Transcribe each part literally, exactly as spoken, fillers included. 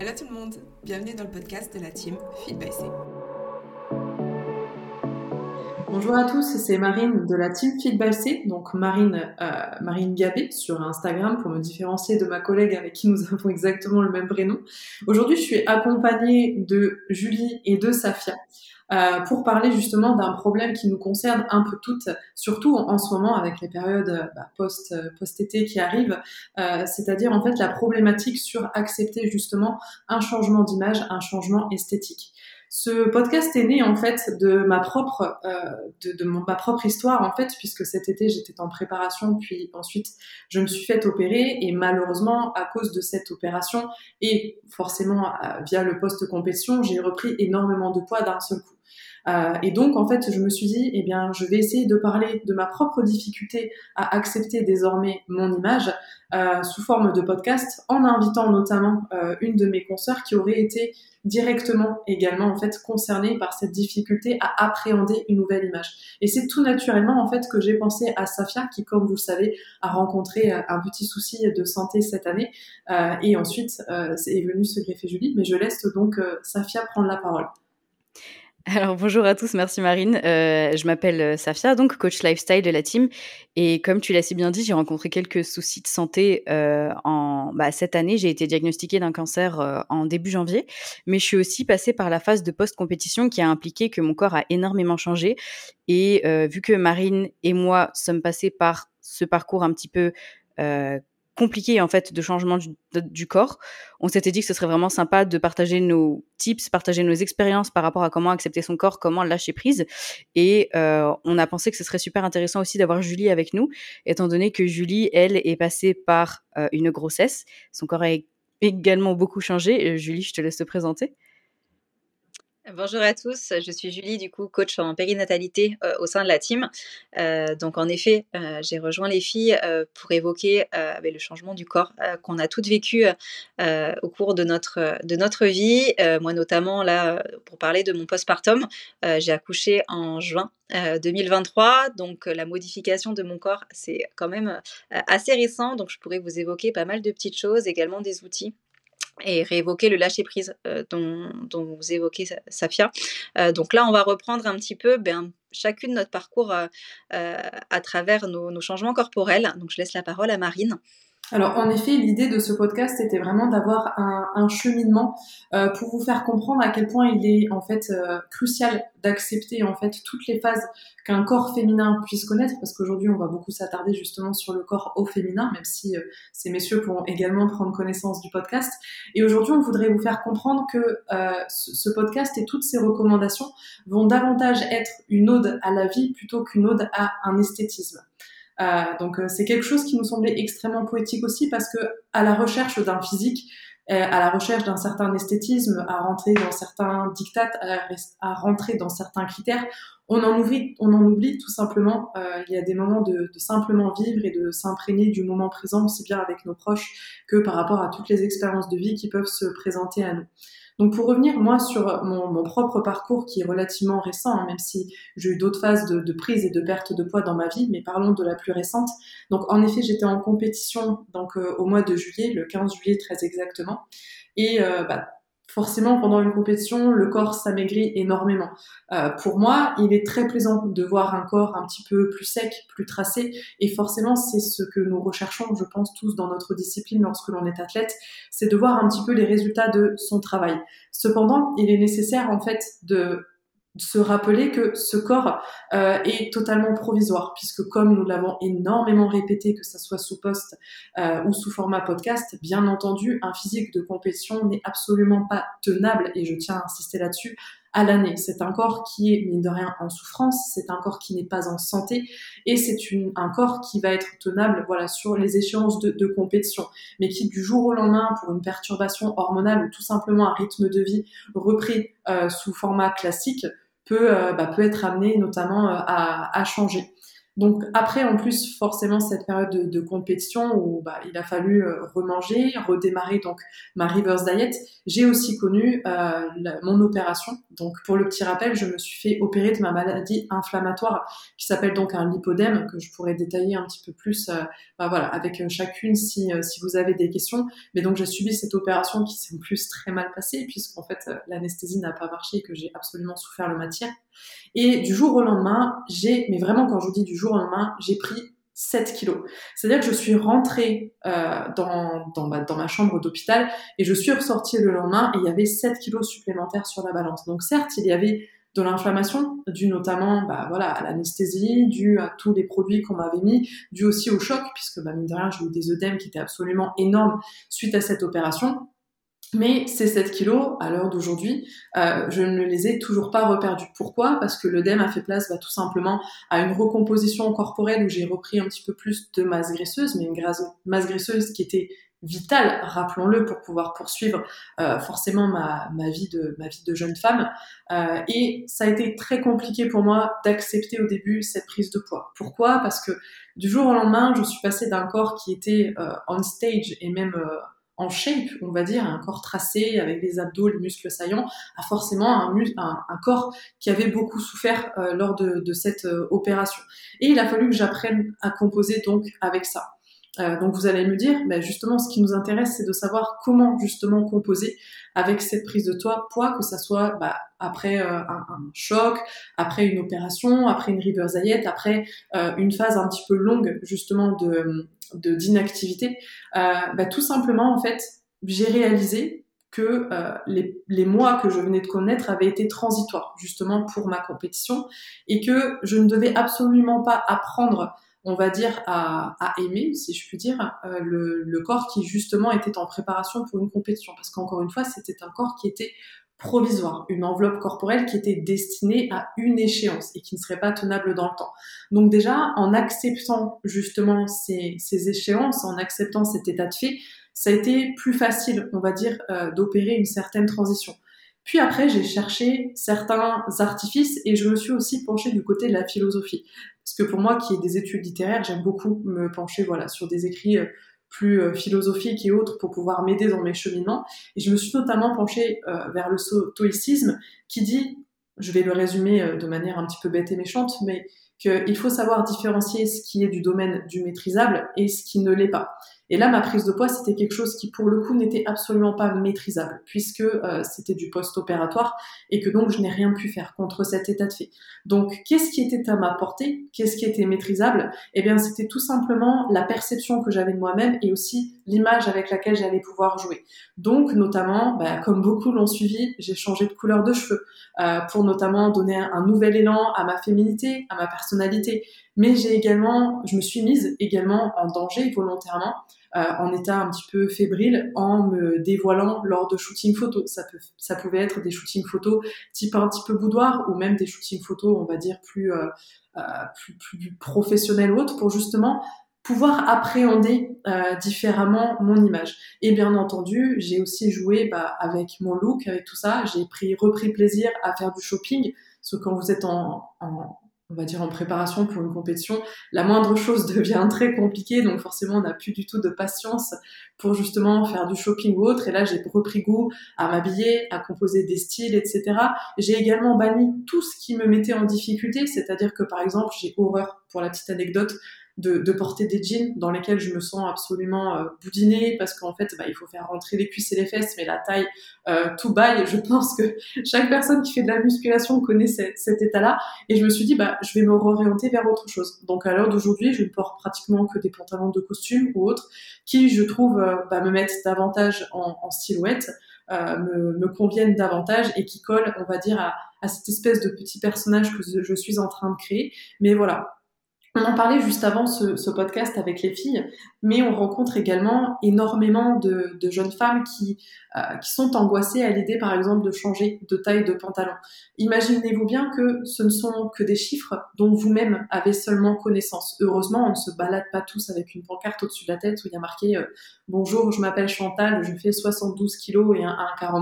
Hello tout le monde, bienvenue dans le podcast de la team Fit by C. Bonjour à tous, c'est Marine de la team Fit by C, donc Marine, euh, Marine Gabé sur Instagram pour me différencier de ma collègue avec qui nous avons exactement le même prénom. Aujourd'hui, je suis accompagnée de Julie et de Safia euh, pour parler justement d'un problème qui nous concerne un peu toutes, surtout en ce moment avec les périodes bah, post, post-été qui arrivent, euh, c'est-à-dire en fait la problématique sur accepter justement un changement d'image, un changement esthétique. Ce podcast est né en fait de ma propre euh, de, de mon, ma propre histoire en fait, puisque cet été j'étais en préparation, puis ensuite je me suis fait opérer et malheureusement à cause de cette opération et forcément euh, via le post-compétition, j'ai repris énormément de poids d'un seul coup. Euh, et donc en fait je me suis dit eh bien je vais essayer de parler de ma propre difficulté à accepter désormais mon image euh, sous forme de podcast en invitant notamment euh, une de mes consoeurs qui aurait été directement également en fait concernée par cette difficulté à appréhender une nouvelle image. Et c'est tout naturellement en fait que j'ai pensé à Safia qui, comme vous le savez, a rencontré un petit souci de santé cette année euh, et ensuite euh, est venu se greffer Julie. Mais je laisse donc euh, Safia prendre la parole. Alors bonjour à tous, merci Marine. Euh, je m'appelle Safia, donc coach lifestyle de la team. Et comme tu l'as si bien dit, j'ai rencontré quelques soucis de santé euh, en bah, cette année. J'ai été diagnostiquée d'un cancer euh, en début janvier, mais je suis aussi passée par la phase de post-compétition qui a impliqué que mon corps a énormément changé. Et euh, vu que Marine et moi sommes passés par ce parcours un petit peu euh, compliqué en fait de changement du, de, du corps, on s'était dit que ce serait vraiment sympa de partager nos tips, partager nos expériences par rapport à comment accepter son corps, comment lâcher prise. Et euh, on a pensé que ce serait super intéressant aussi d'avoir Julie avec nous, étant donné que Julie, elle, est passée par euh, une grossesse. Son corps a également beaucoup changé. Julie, je te laisse te présenter. Bonjour à tous, je suis Julie, du coup coach en périnatalité euh, au sein de la team. Euh, donc en effet, euh, j'ai rejoint les filles euh, pour évoquer euh, le changement du corps euh, qu'on a toutes vécu euh, au cours de notre, de notre vie. Euh, moi notamment, là, pour parler de mon postpartum, euh, j'ai accouché en juin euh, deux mille vingt-trois, donc euh, la modification de mon corps, c'est quand même euh, assez récent, donc je pourrais vous évoquer pas mal de petites choses, également des outils. Et réévoquer le lâcher-prise euh, dont, dont vous évoquez, Safia. Euh, donc là, on va reprendre un petit peu ben, chacune notre parcours euh, euh, à travers nos, nos changements corporels. Donc je laisse la parole à Marine. Alors en effet, l'idée de ce podcast était vraiment d'avoir un, un cheminement euh, pour vous faire comprendre à quel point il est en fait euh, crucial d'accepter en fait toutes les phases qu'un corps féminin puisse connaître, parce qu'aujourd'hui on va beaucoup s'attarder justement sur le corps au féminin, même si euh, ces messieurs pourront également prendre connaissance du podcast. Et aujourd'hui on voudrait vous faire comprendre que euh, ce, ce podcast et toutes ces recommandations vont davantage être une ode à la vie plutôt qu'une ode à un esthétisme. Euh, donc euh, c'est quelque chose qui nous semblait extrêmement poétique aussi parce que à la recherche d'un physique, euh, à la recherche d'un certain esthétisme, à rentrer dans certains diktats, à, à rentrer dans certains critères, on en oublie, on en oublie tout simplement. Euh, il y a des moments de, de simplement vivre et de s'imprégner du moment présent, aussi bien avec nos proches que par rapport à toutes les expériences de vie qui peuvent se présenter à nous. Donc pour revenir moi sur mon, mon propre parcours qui est relativement récent, hein, même si j'ai eu d'autres phases de, de prise et de perte de poids dans ma vie, mais parlons de la plus récente. Donc en effet j'étais en compétition donc euh, au mois de juillet, le quinze juillet très exactement, et euh, bah, forcément pendant une compétition le corps s'amaigrit énormément. Euh, pour moi il est très plaisant de voir un corps un petit peu plus sec, plus tracé, et forcément c'est ce que nous recherchons je pense tous dans notre discipline lorsque l'on est athlète, c'est de voir un petit peu les résultats de son travail. Cependant il est nécessaire en fait de se rappeler que ce corps euh, est totalement provisoire, puisque comme nous l'avons énormément répété, que ça soit sous post euh, ou sous format podcast, bien entendu, un physique de compétition n'est absolument pas tenable, et je tiens à insister là-dessus, à l'année. C'est un corps qui est, mine de rien, en souffrance, c'est un corps qui n'est pas en santé, et c'est une, un corps qui va être tenable voilà, sur les échéances de, de compétition, mais qui, du jour au lendemain, pour une perturbation hormonale ou tout simplement un rythme de vie repris euh, sous format classique, peut, euh, bah, peut être amené notamment euh, à, à changer. Donc après, en plus, forcément, cette période de, de compétition où bah, il a fallu euh, remanger, redémarrer donc ma reverse diet, j'ai aussi connu euh, la, mon opération. Donc pour le petit rappel, je me suis fait opérer de ma maladie inflammatoire qui s'appelle donc un lipodème, que je pourrais détailler un petit peu plus euh, bah, voilà, avec euh, chacune si, euh, si vous avez des questions. Mais donc j'ai subi cette opération qui s'est en plus très mal passée puisqu'en fait euh, l'anesthésie n'a pas marché et que j'ai absolument souffert le matière. Et du jour au lendemain, j'ai, mais vraiment quand je vous dis du jour au lendemain, j'ai pris sept kilos. C'est-à-dire que je suis rentrée euh, dans, dans, ma, dans ma chambre d'hôpital et je suis ressortie le lendemain et il y avait sept kilos supplémentaires sur la balance. Donc certes, il y avait de l'inflammation, due notamment bah, voilà, à l'anesthésie, due à tous les produits qu'on m'avait mis, due aussi au choc, puisque bah, mine de rien, j'ai eu des œdèmes qui étaient absolument énormes suite à cette opération. Mais ces sept kilos, à l'heure d'aujourd'hui, euh, je ne les ai toujours pas reperdus. Pourquoi ? Parce que l'œdème a fait place bah, tout simplement à une recomposition corporelle où j'ai repris un petit peu plus de masse graisseuse, mais une graisse, masse graisseuse qui était vitale, rappelons-le, pour pouvoir poursuivre euh, forcément ma, ma, vie de, ma vie de jeune femme. Euh, et ça a été très compliqué pour moi d'accepter au début cette prise de poids. Pourquoi ? Parce que du jour au lendemain, je suis passée d'un corps qui était euh, on stage et même... Euh, en shape, on va dire, un corps tracé avec des abdos, les muscles saillants, a forcément un, mus- un, un corps qui avait beaucoup souffert euh, lors de, de cette euh, opération. Et il a fallu que j'apprenne à composer donc avec ça. Euh, donc vous allez me dire, ben justement, ce qui nous intéresse, c'est de savoir comment justement composer avec cette prise de poids, que ça soit bah, après euh, un, un choc, après une opération, après une reverse diet, après euh, une phase un petit peu longue justement de, de d'inactivité. Euh, bah, tout simplement, en fait, j'ai réalisé que euh, les, les mois que je venais de connaître avaient été transitoires justement pour ma compétition et que je ne devais absolument pas apprendre, on va dire, à, à aimer, si je puis dire, euh, le, le corps qui justement était en préparation pour une compétition. Parce qu'encore une fois, c'était un corps qui était provisoire, une enveloppe corporelle qui était destinée à une échéance et qui ne serait pas tenable dans le temps. Donc déjà, en acceptant justement ces, ces échéances, en acceptant cet état de fait, ça a été plus facile, on va dire, euh, d'opérer une certaine transition. Puis après, j'ai cherché certains artifices et je me suis aussi penchée du côté de la philosophie. Parce que pour moi, qui ai des études littéraires, j'aime beaucoup me pencher voilà, sur des écrits plus euh, philosophiques et autres pour pouvoir m'aider dans mes cheminements. Et je me suis notamment penchée euh, vers le stoïcisme qui dit, je vais le résumer euh, de manière un petit peu bête et méchante, mais qu'il faut savoir différencier ce qui est du domaine du maîtrisable et ce qui ne l'est pas. Et là, ma prise de poids, c'était quelque chose qui, pour le coup, n'était absolument pas maîtrisable, puisque euh, c'était du post-opératoire et que donc je n'ai rien pu faire contre cet état de fait. Donc, qu'est-ce qui était à ma portée ? Qu'est-ce qui était maîtrisable ? Eh bien, c'était tout simplement la perception que j'avais de moi-même et aussi l'image avec laquelle j'allais pouvoir jouer. Donc, notamment, bah, comme beaucoup l'ont suivi, j'ai changé de couleur de cheveux euh, pour notamment donner un, un nouvel élan à ma féminité, à ma personnalité. Mais j'ai également, je me suis mise également en danger volontairement, euh, en état un petit peu fébrile, en me dévoilant lors de shooting photos. Ça peut, ça pouvait être des shootings photos type un petit peu boudoir ou même des shootings photos, on va dire plus, euh, euh, plus, plus professionnels ou autres, pour justement pouvoir appréhender euh, différemment mon image. Et bien entendu, j'ai aussi joué bah, avec mon look, avec tout ça. J'ai pris, repris plaisir à faire du shopping, parce que quand vous êtes en, en on va dire en préparation pour une compétition, la moindre chose devient très compliquée, donc forcément on n'a plus du tout de patience pour justement faire du shopping ou autre, et là j'ai repris goût à m'habiller, à composer des styles, et cetera. J'ai également banni tout ce qui me mettait en difficulté, c'est-à-dire que par exemple j'ai horreur, pour la petite anecdote, de, de porter des jeans dans lesquels je me sens absolument euh, boudinée, parce qu'en fait bah, il faut faire rentrer les cuisses et les fesses, mais la taille euh, tout baille. Je pense que chaque personne qui fait de la musculation connaît cet, cet état-là, et je me suis dit bah je vais me réorienter vers autre chose. Donc à l'heure d'aujourd'hui, je ne porte pratiquement que des pantalons de costume ou autres qui, je trouve, euh, bah, me mettent davantage en, en silhouette, euh, me, me conviennent davantage et qui collent, on va dire, à, à cette espèce de petit personnage que je suis en train de créer. Mais voilà. On en parlait juste avant ce, ce podcast avec les filles, mais on rencontre également énormément de, de jeunes femmes qui, euh, qui sont angoissées à l'idée, par exemple, de changer de taille de pantalon. Imaginez-vous bien que ce ne sont que des chiffres dont vous-même avez seulement connaissance. Heureusement, on ne se balade pas tous avec une pancarte au-dessus de la tête où il y a marqué euh, « Bonjour, je m'appelle Chantal, je fais soixante-douze kilos et un un virgule quarante-quatre ».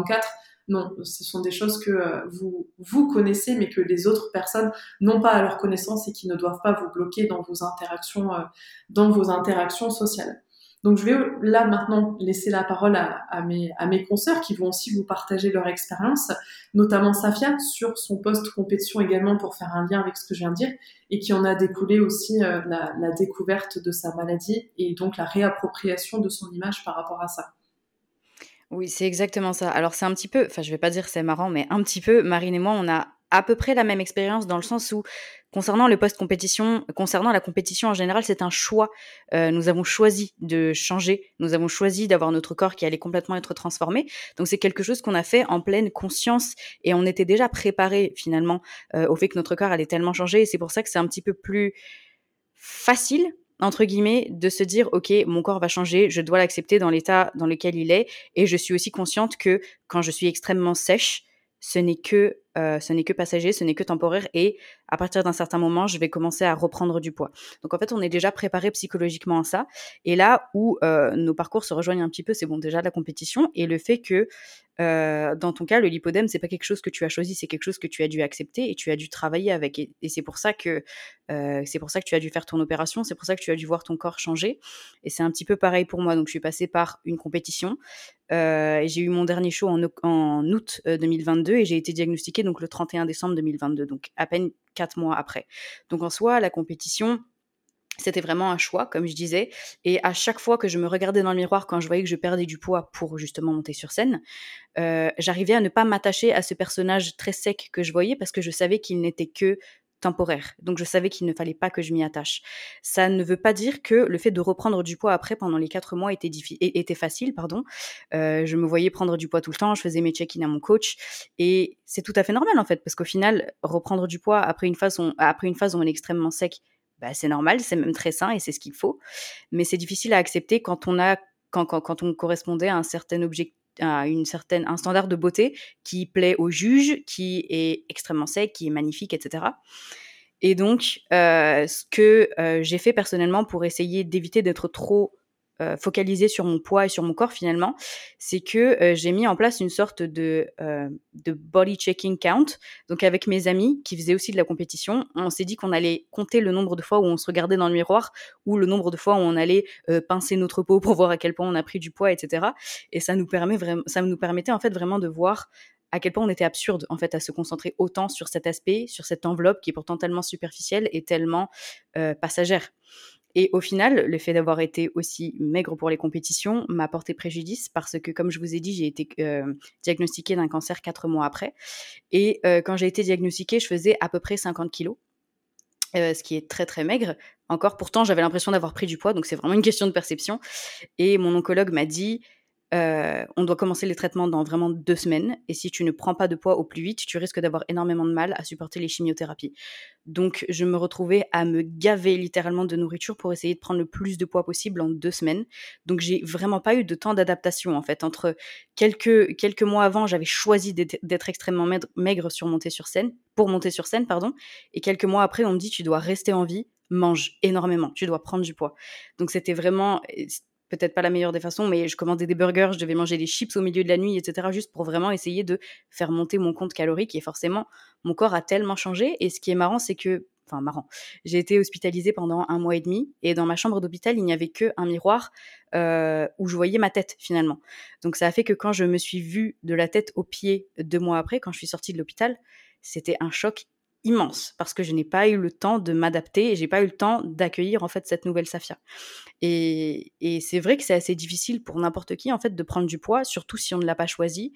Non, ce sont des choses que euh, vous, vous connaissez, mais que les autres personnes n'ont pas à leur connaissance et qui ne doivent pas vous bloquer dans vos interactions, euh, dans vos interactions sociales. Donc, je vais là maintenant laisser la parole à, à, mes, à mes consoeurs qui vont aussi vous partager leur expérience, notamment Safia sur son post-compétition également pour faire un lien avec ce que je viens de dire et qui en a découlé aussi euh, la, la découverte de sa maladie et donc la réappropriation de son image par rapport à ça. Oui, c'est exactement ça. Alors c'est un petit peu, enfin je vais pas dire c'est marrant, mais un petit peu, Marine et moi, on a à peu près la même expérience dans le sens où, concernant le post-compétition, concernant la compétition en général, c'est un choix. Euh, nous avons choisi de changer, nous avons choisi d'avoir notre corps qui allait complètement être transformé. Donc c'est quelque chose qu'on a fait en pleine conscience et on était déjà préparé finalement euh, au fait que notre corps allait tellement changer. Et c'est pour ça que c'est un petit peu plus facile entre guillemets, de se dire, ok, mon corps va changer, je dois l'accepter dans l'état dans lequel il est, et je suis aussi consciente que quand je suis extrêmement sèche, ce n'est que, euh, ce n'est que passager, ce n'est que temporaire, et à partir d'un certain moment, je vais commencer à reprendre du poids. Donc en fait, on est déjà préparé psychologiquement à ça, et là où euh, nos parcours se rejoignent un petit peu, c'est bon déjà la compétition, et le fait que euh, dans ton cas, le lipodème, c'est pas quelque chose que tu as choisi, c'est quelque chose que tu as dû accepter et tu as dû travailler avec. Et, et c'est pour ça que euh, c'est pour ça que tu as dû faire ton opération, c'est pour ça que tu as dû voir ton corps changer. Et c'est un petit peu pareil pour moi. Donc je suis passée par une compétition. Euh, et j'ai eu mon dernier show en, en août deux mille vingt-deux et j'ai été diagnostiquée donc le trente et un décembre deux mille vingt-deux, donc à peine quatre mois après. Donc en soi, la compétition, c'était vraiment un choix, comme je disais. Et à chaque fois que je me regardais dans le miroir, quand je voyais que je perdais du poids pour justement monter sur scène, euh, j'arrivais à ne pas m'attacher à ce personnage très sec que je voyais parce que je savais qu'il n'était que temporaire. Donc je savais qu'il ne fallait pas que je m'y attache. Ça ne veut pas dire que le fait de reprendre du poids après pendant les quatre mois était, diffi- était facile. Pardon. Euh, je me voyais prendre du poids tout le temps, je faisais mes check-in à mon coach et c'est tout à fait normal en fait parce qu'au final, reprendre du poids après une phase, on, après une phase où on est extrêmement sec, bah, c'est normal, c'est même très sain et c'est ce qu'il faut. Mais c'est difficile à accepter quand on a, quand, quand, quand on correspondait à un certain objectif, à une certaine, un standard de beauté qui plaît aux juges, qui est extrêmement sec, qui est magnifique, et cetera. Et donc, euh, ce que euh, j'ai fait personnellement pour essayer d'éviter d'être trop euh, focalisée sur mon poids et sur mon corps finalement, c'est que euh, j'ai mis en place une sorte de, euh, de body checking count. Donc avec mes amis qui faisaient aussi de la compétition, on s'est dit qu'on allait compter le nombre de fois où on se regardait dans le miroir ou le nombre de fois où on allait euh, pincer notre peau pour voir à quel point on a pris du poids, et cetera. Et ça nous permet vraiment, ça nous permettait en fait vraiment de voir à quel point on était absurde en fait à se concentrer autant sur cet aspect, sur cette enveloppe qui est pourtant tellement superficielle et tellement euh, passagère. Et au final, le fait d'avoir été aussi maigre pour les compétitions m'a porté préjudice parce que, comme je vous ai dit, j'ai été euh, diagnostiquée d'un cancer quatre mois après. Et euh, quand j'ai été diagnostiquée, je faisais à peu près cinquante kilos, euh, ce qui est très très maigre. Encore, pourtant, j'avais l'impression d'avoir pris du poids, donc c'est vraiment une question de perception. Et mon oncologue m'a dit... Euh, on doit commencer les traitements dans vraiment deux semaines et si tu ne prends pas de poids au plus vite, tu risques d'avoir énormément de mal à supporter les chimiothérapies. Donc je me retrouvais à me gaver littéralement de nourriture pour essayer de prendre le plus de poids possible en deux semaines. Donc j'ai vraiment pas eu de temps d'adaptation en fait. Entre quelques, quelques mois avant, j'avais choisi d'être, d'être extrêmement maigre, maigre sur monter sur scène, pour monter sur scène, pardon. Et quelques mois après, on me dit tu dois rester en vie, mange énormément, tu dois prendre du poids. Donc c'était vraiment... peut-être pas la meilleure des façons, mais je commandais des burgers, je devais manger des chips au milieu de la nuit, et cetera, juste pour vraiment essayer de faire monter mon compte calorique. Et forcément, mon corps a tellement changé. Et ce qui est marrant, c'est que... Enfin, marrant. J'ai été hospitalisée pendant un mois et demi. Et dans ma chambre d'hôpital, il n'y avait qu'un miroir euh, où je voyais ma tête, finalement. Donc, ça a fait que quand je me suis vue de la tête aux pieds deux mois après, quand je suis sortie de l'hôpital, c'était un choc immense parce que je n'ai pas eu le temps de m'adapter et j'ai pas eu le temps d'accueillir en fait cette nouvelle Safia. Et, et c'est vrai que c'est assez difficile pour n'importe qui en fait de prendre du poids, surtout si on ne l'a pas choisi.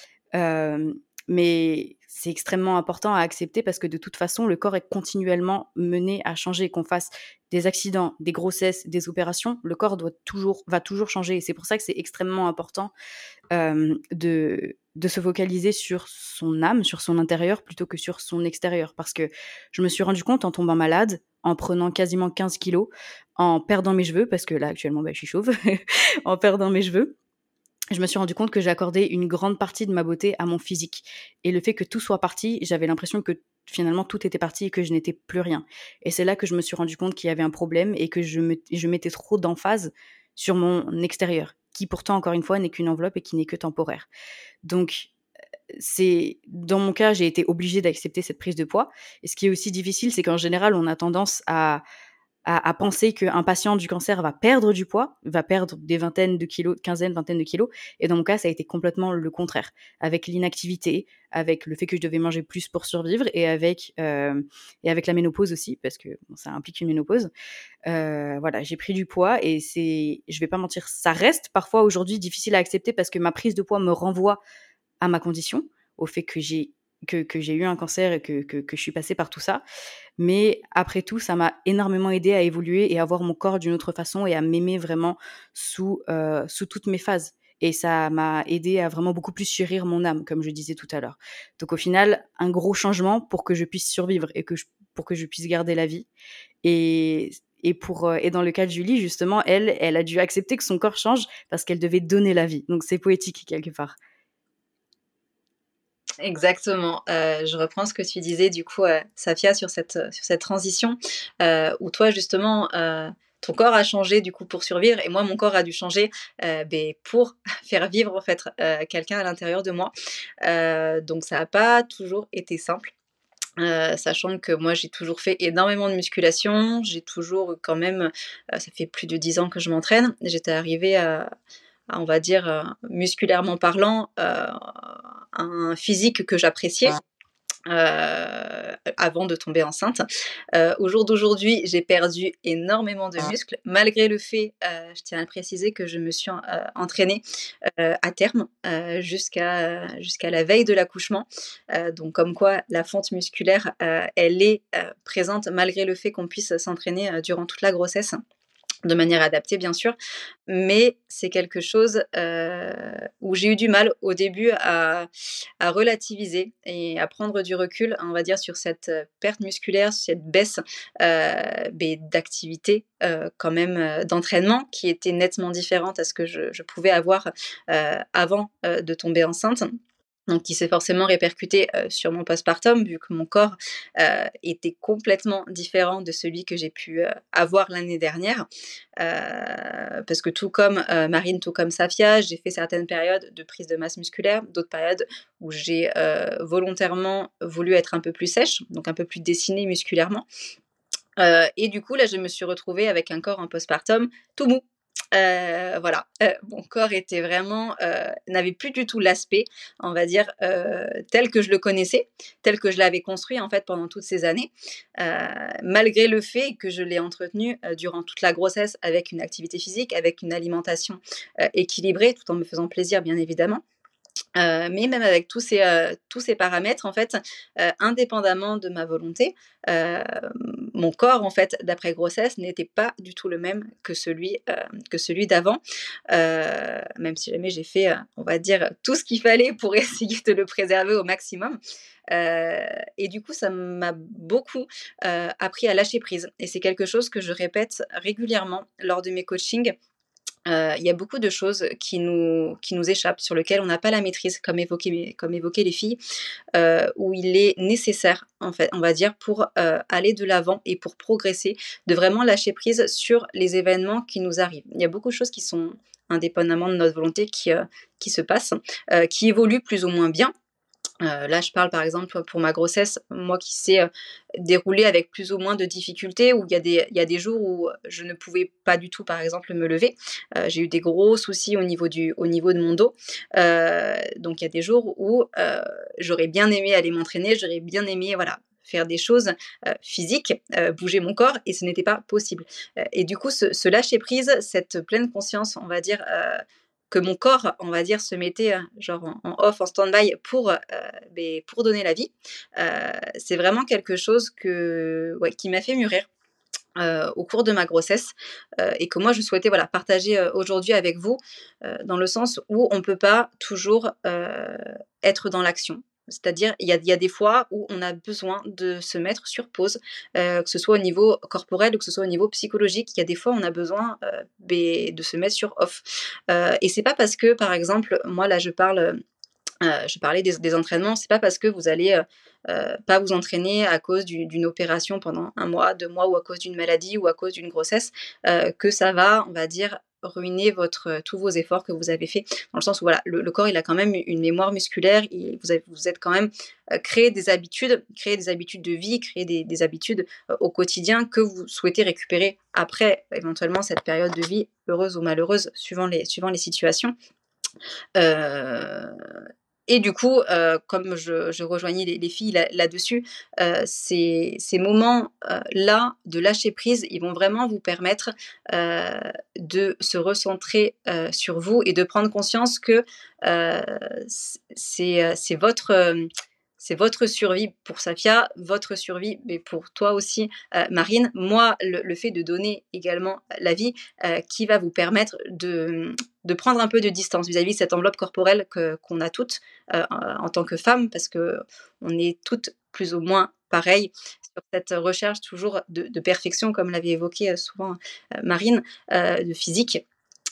Euh, mais c'est extrêmement important à accepter parce que de toute façon, le corps est continuellement mené à changer. Qu'on fasse des accidents, des grossesses, des opérations, le corps doit toujours, va toujours changer. Et c'est pour ça que c'est extrêmement important euh, de, de se focaliser sur son âme, sur son intérieur, plutôt que sur son extérieur. Parce que je me suis rendu compte en tombant malade, en prenant quasiment quinze kilos, en perdant mes cheveux, parce que là, actuellement, bah, je suis chauve, en perdant mes cheveux, je me suis rendu compte que j'accordais une grande partie de ma beauté à mon physique. Et le fait que tout soit parti, j'avais l'impression que finalement tout était parti et que je n'étais plus rien. Et c'est là que je me suis rendu compte qu'il y avait un problème et que je, me, je mettais trop d'emphase sur mon extérieur, qui pourtant, encore une fois, n'est qu'une enveloppe et qui n'est que temporaire. Donc, c'est dans mon cas, j'ai été obligée d'accepter cette prise de poids. Et ce qui est aussi difficile, c'est qu'en général, on a tendance à à, à penser qu'un patient du cancer va perdre du poids, va perdre des vingtaines de kilos, quinzaine, vingtaine de kilos. Et dans mon cas, ça a été complètement le contraire. Avec l'inactivité, avec le fait que je devais manger plus pour survivre et avec, euh, et avec la ménopause aussi, parce que bon, ça implique une ménopause. Euh, voilà, j'ai pris du poids et c'est, je vais pas mentir, ça reste parfois aujourd'hui difficile à accepter parce que ma prise de poids me renvoie à ma condition, au fait que j'ai que, que j'ai eu un cancer et que, que, que je suis passée par tout ça. Mais après tout, ça m'a énormément aidée à évoluer et à voir mon corps d'une autre façon et à m'aimer vraiment sous, euh, sous toutes mes phases. Et ça m'a aidée à vraiment beaucoup plus chérir mon âme, comme je disais tout à l'heure. Donc au final, un gros changement pour que je puisse survivre et que je, pour que je puisse garder la vie. Et, et, pour, et dans le cas de Julie, justement, elle, elle a dû accepter que son corps change parce qu'elle devait donner la vie. Donc c'est poétique quelque part. Exactement. Euh, je reprends ce que tu disais du coup, euh, Safia, sur cette, sur cette transition euh, où toi justement, euh, ton corps a changé du coup pour survivre et moi mon corps a dû changer euh, ben, pour faire vivre en fait euh, quelqu'un à l'intérieur de moi. Euh, donc ça n'a pas toujours été simple. Euh, sachant que moi j'ai toujours fait énormément de musculation, j'ai toujours quand même, euh, ça fait plus de dix ans que je m'entraîne, j'étais arrivée à, à on va dire euh, musculairement parlant, euh, un physique que j'appréciais. Euh, avant de tomber enceinte. Euh, au jour d'aujourd'hui, j'ai perdu énormément de muscles, malgré le fait, euh, je tiens à le préciser, que je me suis euh, entraînée euh, à terme euh, jusqu'à jusqu'à la veille de l'accouchement. Euh, donc comme quoi la fonte musculaire, euh, elle est euh, présente malgré le fait qu'on puisse s'entraîner euh, durant toute la grossesse. De manière adaptée, bien sûr, mais c'est quelque chose euh, où j'ai eu du mal au début à, à relativiser et à prendre du recul, on va dire, sur cette perte musculaire, sur cette baisse euh, d'activité, euh, quand même, euh, d'entraînement, qui était nettement différente à ce que je, je pouvais avoir euh, avant euh, de tomber enceinte. Donc qui s'est forcément répercuté euh, sur mon postpartum, vu que mon corps euh, était complètement différent de celui que j'ai pu euh, avoir l'année dernière. Euh, parce que tout comme euh, Marine, tout comme Safia, j'ai fait certaines périodes de prise de masse musculaire, d'autres périodes où j'ai euh, volontairement voulu être un peu plus sèche, donc un peu plus dessinée musculairement. Euh, et du coup, là, je me suis retrouvée avec un corps en postpartum tout mou. Euh, voilà, euh, mon corps était vraiment, euh, n'avait plus du tout l'aspect, on va dire, euh, tel que je le connaissais, tel que je l'avais construit en fait pendant toutes ces années, euh, malgré le fait que je l'ai entretenu euh, durant toute la grossesse avec une activité physique, avec une alimentation euh, équilibrée, tout en me faisant plaisir bien évidemment. Euh, mais même avec tous ces, euh, tous ces paramètres, en fait, euh, indépendamment de ma volonté, euh, mon corps, en fait, d'après grossesse, n'était pas du tout le même que celui, euh, que celui d'avant. Euh, même si jamais j'ai fait, euh, on va dire, tout ce qu'il fallait pour essayer de le préserver au maximum. Euh, et du coup, ça m'a beaucoup euh, appris à lâcher prise. Et c'est quelque chose que je répète régulièrement lors de mes coachings. Il euh, y a beaucoup de choses qui nous, qui nous échappent, sur lesquelles on n'a pas la maîtrise, comme évoqué, comme évoqué les filles, euh, où il est nécessaire, en fait, on va dire, pour euh, aller de l'avant et pour progresser, de vraiment lâcher prise sur les événements qui nous arrivent. Il y a beaucoup de choses qui sont indépendamment de notre volonté qui, euh, qui se passent, euh, qui évoluent plus ou moins bien. Euh, là, je parle par exemple pour ma grossesse, moi qui s'est euh, déroulée avec plus ou moins de difficultés, où il y a des, il y a des jours où je ne pouvais pas du tout, par exemple, me lever. Euh, j'ai eu des gros soucis au niveau, du, au niveau de mon dos. Euh, donc, il y a des jours où euh, j'aurais bien aimé aller m'entraîner, j'aurais bien aimé, voilà, faire des choses euh, physiques, euh, bouger mon corps, et ce n'était pas possible. Euh, et du coup, ce, ce lâcher-prise, cette pleine conscience, on va dire, euh, que mon corps, on va dire, se mettait genre en, en off, en stand-by pour, euh, ben, pour donner la vie, euh, c'est vraiment quelque chose que, ouais, qui m'a fait mûrir euh, au cours de ma grossesse euh, et que moi, je souhaitais voilà, partager euh, aujourd'hui avec vous, euh, dans le sens où on ne peut pas toujours euh, être dans l'action. C'est-à-dire, il y a, y a des fois où on a besoin de se mettre sur pause, euh, que ce soit au niveau corporel ou que ce soit au niveau psychologique. Il y a des fois où on a besoin euh, de se mettre sur off. Euh, et c'est pas parce que, par exemple, moi là je parle Euh, je parlais des, des entraînements, c'est pas parce que vous allez euh, euh, pas vous entraîner à cause du, d'une opération pendant un mois, deux mois, ou à cause d'une maladie, ou à cause d'une grossesse, euh, que ça va, on va dire, ruiner votre, tous vos efforts que vous avez faits, dans le sens où voilà, le, le corps il a quand même une mémoire musculaire, il, vous, avez, vous êtes quand même euh, créé des habitudes, créé des habitudes de vie, créé des, des habitudes euh, au quotidien que vous souhaitez récupérer après éventuellement cette période de vie, heureuse ou malheureuse, suivant les, suivant les situations. Euh, Et du coup, euh, comme je, je rejoignais les, les filles là, là-dessus, euh, ces, ces moments-là euh, de lâcher prise, ils vont vraiment vous permettre euh, de se recentrer euh, sur vous et de prendre conscience que euh, c'est, c'est votre... Euh, c'est votre survie pour Safia, votre survie, mais pour toi aussi, euh, Marine. Moi, le, le fait de donner également la vie euh, qui va vous permettre de, de prendre un peu de distance vis-à-vis de cette enveloppe corporelle que, qu'on a toutes euh, en tant que femmes, parce qu'on est toutes plus ou moins pareilles sur cette recherche toujours de, de perfection, comme l'avait évoqué souvent euh, Marine, euh, de physique.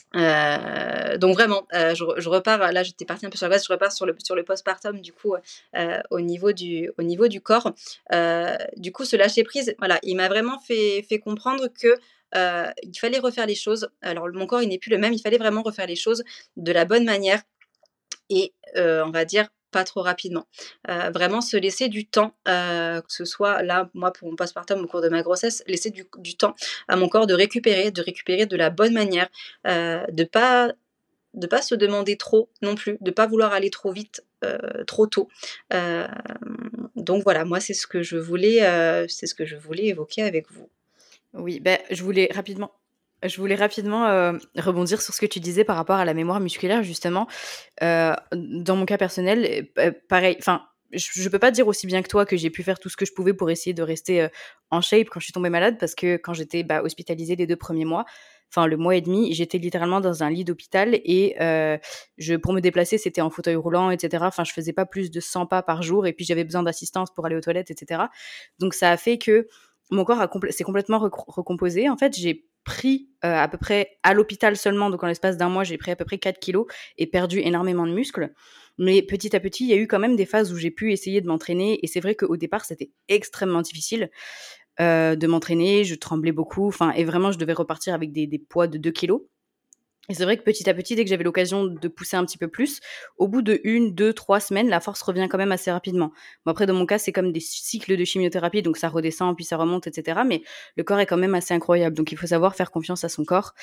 Euh, donc vraiment, euh, je, je repars, là j'étais partie un peu sur la base, je repars sur le, sur le postpartum du coup euh, au, niveau du, au niveau du corps. Euh, du coup ce lâcher prise, voilà, il m'a vraiment fait, fait comprendre que euh, il fallait refaire les choses. Alors mon corps il n'est plus le même, il fallait vraiment refaire les choses de la bonne manière et euh, on va dire pas trop rapidement. Euh, vraiment se laisser du temps, euh, que ce soit là, moi pour mon postpartum au cours de ma grossesse, laisser du, du temps à mon corps de récupérer, de récupérer de la bonne manière, euh, de pas de pas se demander trop non plus, de pas vouloir aller trop vite, euh, trop tôt. Euh, donc voilà, moi c'est ce que je voulais, euh, c'est ce que je voulais évoquer avec vous. Oui, ben je voulais rapidement. Je voulais rapidement euh, rebondir sur ce que tu disais par rapport à la mémoire musculaire, justement. Euh, dans mon cas personnel, euh, pareil, enfin, je ne peux pas dire aussi bien que toi que j'ai pu faire tout ce que je pouvais pour essayer de rester euh, en shape quand je suis tombée malade, parce que quand j'étais bah, hospitalisée les deux premiers mois, enfin le mois et demi, j'étais littéralement dans un lit d'hôpital et euh, je, pour me déplacer, c'était en fauteuil roulant, et cetera. Enfin, je faisais pas plus de cent pas par jour et puis j'avais besoin d'assistance pour aller aux toilettes, et cetera. Donc ça a fait que mon corps a compl- s'est complètement rec- recomposé. En fait, j'ai pris euh, à peu près à l'hôpital seulement, donc en l'espace d'un mois, j'ai pris à peu près quatre kilos et perdu énormément de muscles. Mais petit à petit, il y a eu quand même des phases où j'ai pu essayer de m'entraîner et c'est vrai qu'au départ, c'était extrêmement difficile euh, de m'entraîner. Je tremblais beaucoup, enfin, et vraiment, je devais repartir avec des, des poids de deux kilos. Et c'est vrai que petit à petit, dès que j'avais l'occasion de pousser un petit peu plus, au bout de une, deux, trois semaines, la force revient quand même assez rapidement. Bon, après, dans mon cas, c'est comme des cycles de chimiothérapie, donc ça redescend, puis ça remonte, et cetera. Mais le corps est quand même assez incroyable, donc il faut savoir faire confiance à son corps.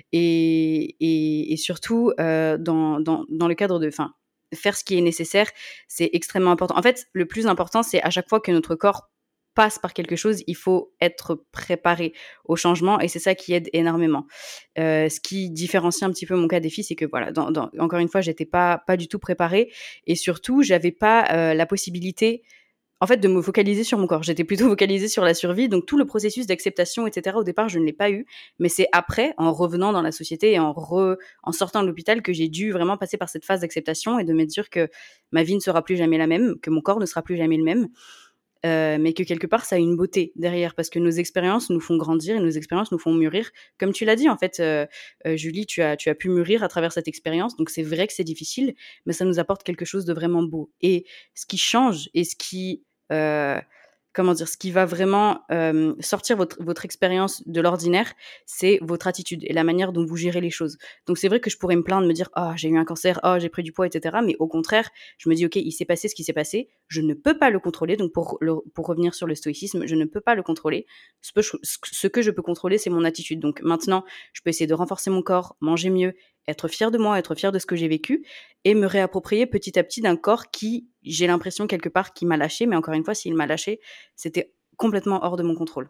Et, et, et surtout, euh, dans, dans, dans le cadre de... Enfin, faire ce qui est nécessaire, c'est extrêmement important. En fait, le plus important, c'est à chaque fois que notre corps passe par quelque chose, il faut être préparé au changement et c'est ça qui aide énormément. Euh, ce qui différencie un petit peu mon cas des filles, c'est que voilà, dans, dans, encore une fois, j'étais pas pas du tout préparée et surtout, j'avais pas euh, la possibilité en fait de me focaliser sur mon corps. J'étais plutôt focalisée sur la survie, donc tout le processus d'acceptation, et cetera. Au départ, je ne l'ai pas eu, mais c'est après, en revenant dans la société et en re, en sortant de l'hôpital, que j'ai dû vraiment passer par cette phase d'acceptation et de me dire que ma vie ne sera plus jamais la même, que mon corps ne sera plus jamais le même. Euh, mais que quelque part ça a une beauté derrière parce que nos expériences nous font grandir et nos expériences nous font mûrir, comme tu l'as dit en fait, euh, euh, Julie, tu as tu as pu mûrir à travers cette expérience, donc c'est vrai que c'est difficile, mais ça nous apporte quelque chose de vraiment beau. Et ce qui change et ce qui euh, comment dire, ce qui va vraiment euh, sortir votre, votre expérience de l'ordinaire, c'est votre attitude et la manière dont vous gérez les choses. Donc c'est vrai que je pourrais me plaindre, me dire « Oh, j'ai eu un cancer, oh, j'ai pris du poids, et cetera » Mais au contraire, je me dis « Ok, il s'est passé ce qui s'est passé, je ne peux pas le contrôler. » Donc pour, le, pour revenir sur le stoïcisme, je ne peux pas le contrôler. Ce, peu, ce que je peux contrôler, c'est mon attitude. Donc maintenant, je peux essayer de renforcer mon corps, manger mieux, être fière de moi, être fière de ce que j'ai vécu et me réapproprier petit à petit d'un corps qui, j'ai l'impression quelque part, qui m'a lâché. Mais encore une fois, s'il m'a lâché, c'était complètement hors de mon contrôle.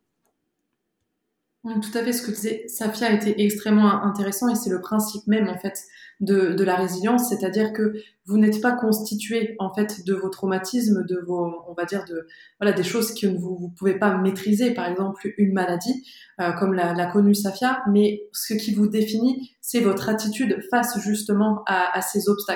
Tout à fait, ce que disait Safia était extrêmement intéressant et c'est le principe même en fait de, de la résilience, c'est-à-dire que vous n'êtes pas constitué en fait de vos traumatismes, de vos, on va dire de voilà des choses que vous vous pouvez pas maîtriser, par exemple une maladie euh, comme l'a, l'a connue Safia, mais ce qui vous définit, c'est votre attitude face justement à, à ces obstacles.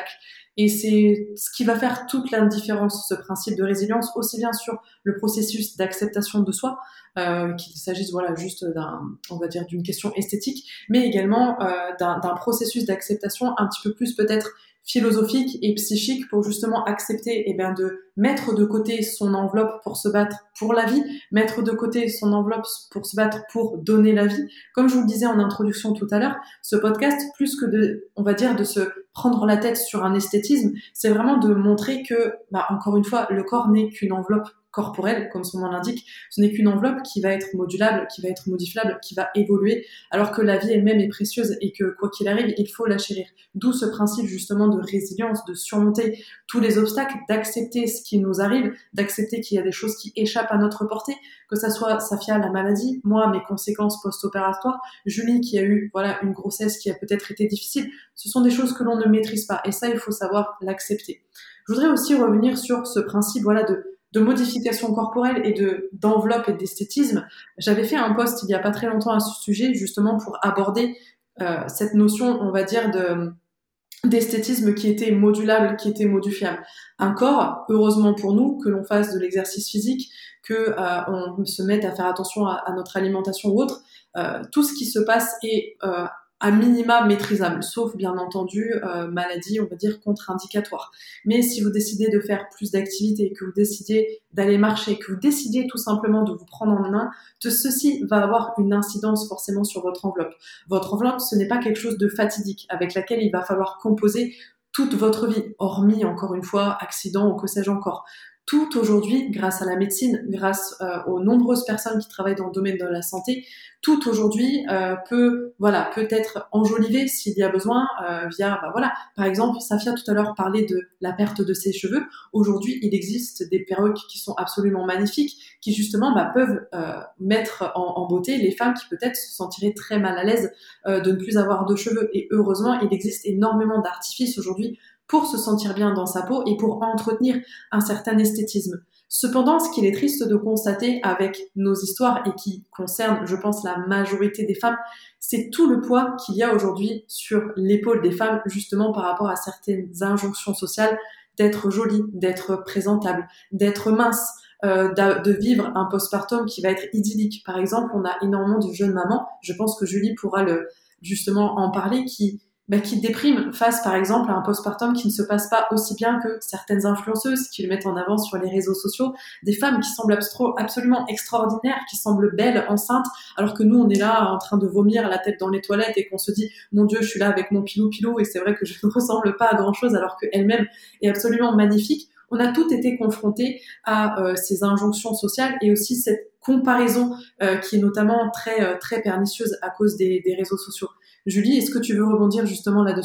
Et c'est ce qui va faire toute la différence, ce principe de résilience, aussi bien sur le processus d'acceptation de soi, euh, qu'il s'agisse voilà juste d'un, on va dire, d'une question esthétique, mais également euh, d'un, d'un processus d'acceptation un petit peu plus peut-être philosophique et psychique pour justement accepter eh bien, de mettre de côté son enveloppe pour se battre pour la vie, mettre de côté son enveloppe pour se battre pour donner la vie. Comme je vous le disais en introduction tout à l'heure, ce podcast, plus que de, on va dire, de se prendre la tête sur un esthétisme, c'est vraiment de montrer que, bah, encore une fois, le corps n'est qu'une enveloppe corporelle, comme son nom l'indique. Ce n'est qu'une enveloppe qui va être modulable, qui va être modifiable, qui va évoluer, alors que la vie elle-même est précieuse et que, quoi qu'il arrive, il faut la chérir. D'où ce principe, justement, de résilience, de surmonter tous les obstacles, d'accepter ce qui nous arrive, d'accepter qu'il y a des choses qui échappent à notre portée, que ça soit Safia, la maladie, moi, mes conséquences post-opératoires, Julie, qui a eu, voilà, une grossesse qui a peut-être été difficile. Ce sont des choses que l'on ne maîtrise pas. Et ça, il faut savoir l'accepter. Je voudrais aussi revenir sur ce principe, voilà, de de modification corporelle et de d'enveloppe et d'esthétisme. J'avais fait un post il y a pas très longtemps à ce sujet, justement pour aborder euh, cette notion, on va dire, de d'esthétisme qui était modulable, qui était modifiable. Un corps, heureusement pour nous, que l'on fasse de l'exercice physique, que euh, on se mette à faire attention à, à notre alimentation ou autre, euh, tout ce qui se passe est euh, à minima maîtrisable, sauf bien entendu euh, maladie, on va dire, contre-indicatoire. Mais si vous décidez de faire plus d'activités, que vous décidez d'aller marcher, que vous décidez tout simplement de vous prendre en main, tout ceci va avoir une incidence forcément sur votre enveloppe. Votre enveloppe, ce n'est pas quelque chose de fatidique avec laquelle il va falloir composer toute votre vie, hormis, encore une fois, accident ou que sais-je encore. Tout aujourd'hui, grâce à la médecine, grâce euh, aux nombreuses personnes qui travaillent dans le domaine de la santé, tout aujourd'hui euh, peut, voilà, peut être enjolivé s'il y a besoin euh, via, bah voilà, par exemple, Safia tout à l'heure parlait de la perte de ses cheveux. Aujourd'hui, il existe des perruques qui sont absolument magnifiques, qui justement bah, peuvent euh, mettre en, en beauté les femmes qui peut-être se sentiraient très mal à l'aise euh, de ne plus avoir de cheveux. Et heureusement, il existe énormément d'artifices aujourd'hui pour se sentir bien dans sa peau et pour entretenir un certain esthétisme. Cependant, ce qu'il est triste de constater avec nos histoires et qui concerne, je pense, la majorité des femmes, c'est tout le poids qu'il y a aujourd'hui sur l'épaule des femmes, justement par rapport à certaines injonctions sociales d'être jolie, d'être présentable, d'être mince, euh, de vivre un postpartum qui va être idyllique. Par exemple, on a énormément de jeunes mamans, je pense que Julie pourra le, justement en parler, qui Bah, qui dépriment face, par exemple, à un postpartum qui ne se passe pas aussi bien que certaines influenceuses qui le mettent en avant sur les réseaux sociaux, des femmes qui semblent abstro- absolument extraordinaires, qui semblent belles, enceintes, alors que nous, on est là en train de vomir la tête dans les toilettes et qu'on se dit, mon Dieu, je suis là avec mon pilou-pilou et c'est vrai que je ne ressemble pas à grand-chose alors qu'elle-même est absolument magnifique. On a toutes été confrontés à euh, ces injonctions sociales et aussi cette comparaison euh, qui est notamment très, euh, très pernicieuse à cause des, des réseaux sociaux. Julie, est-ce que tu veux rebondir justement là-dessus ?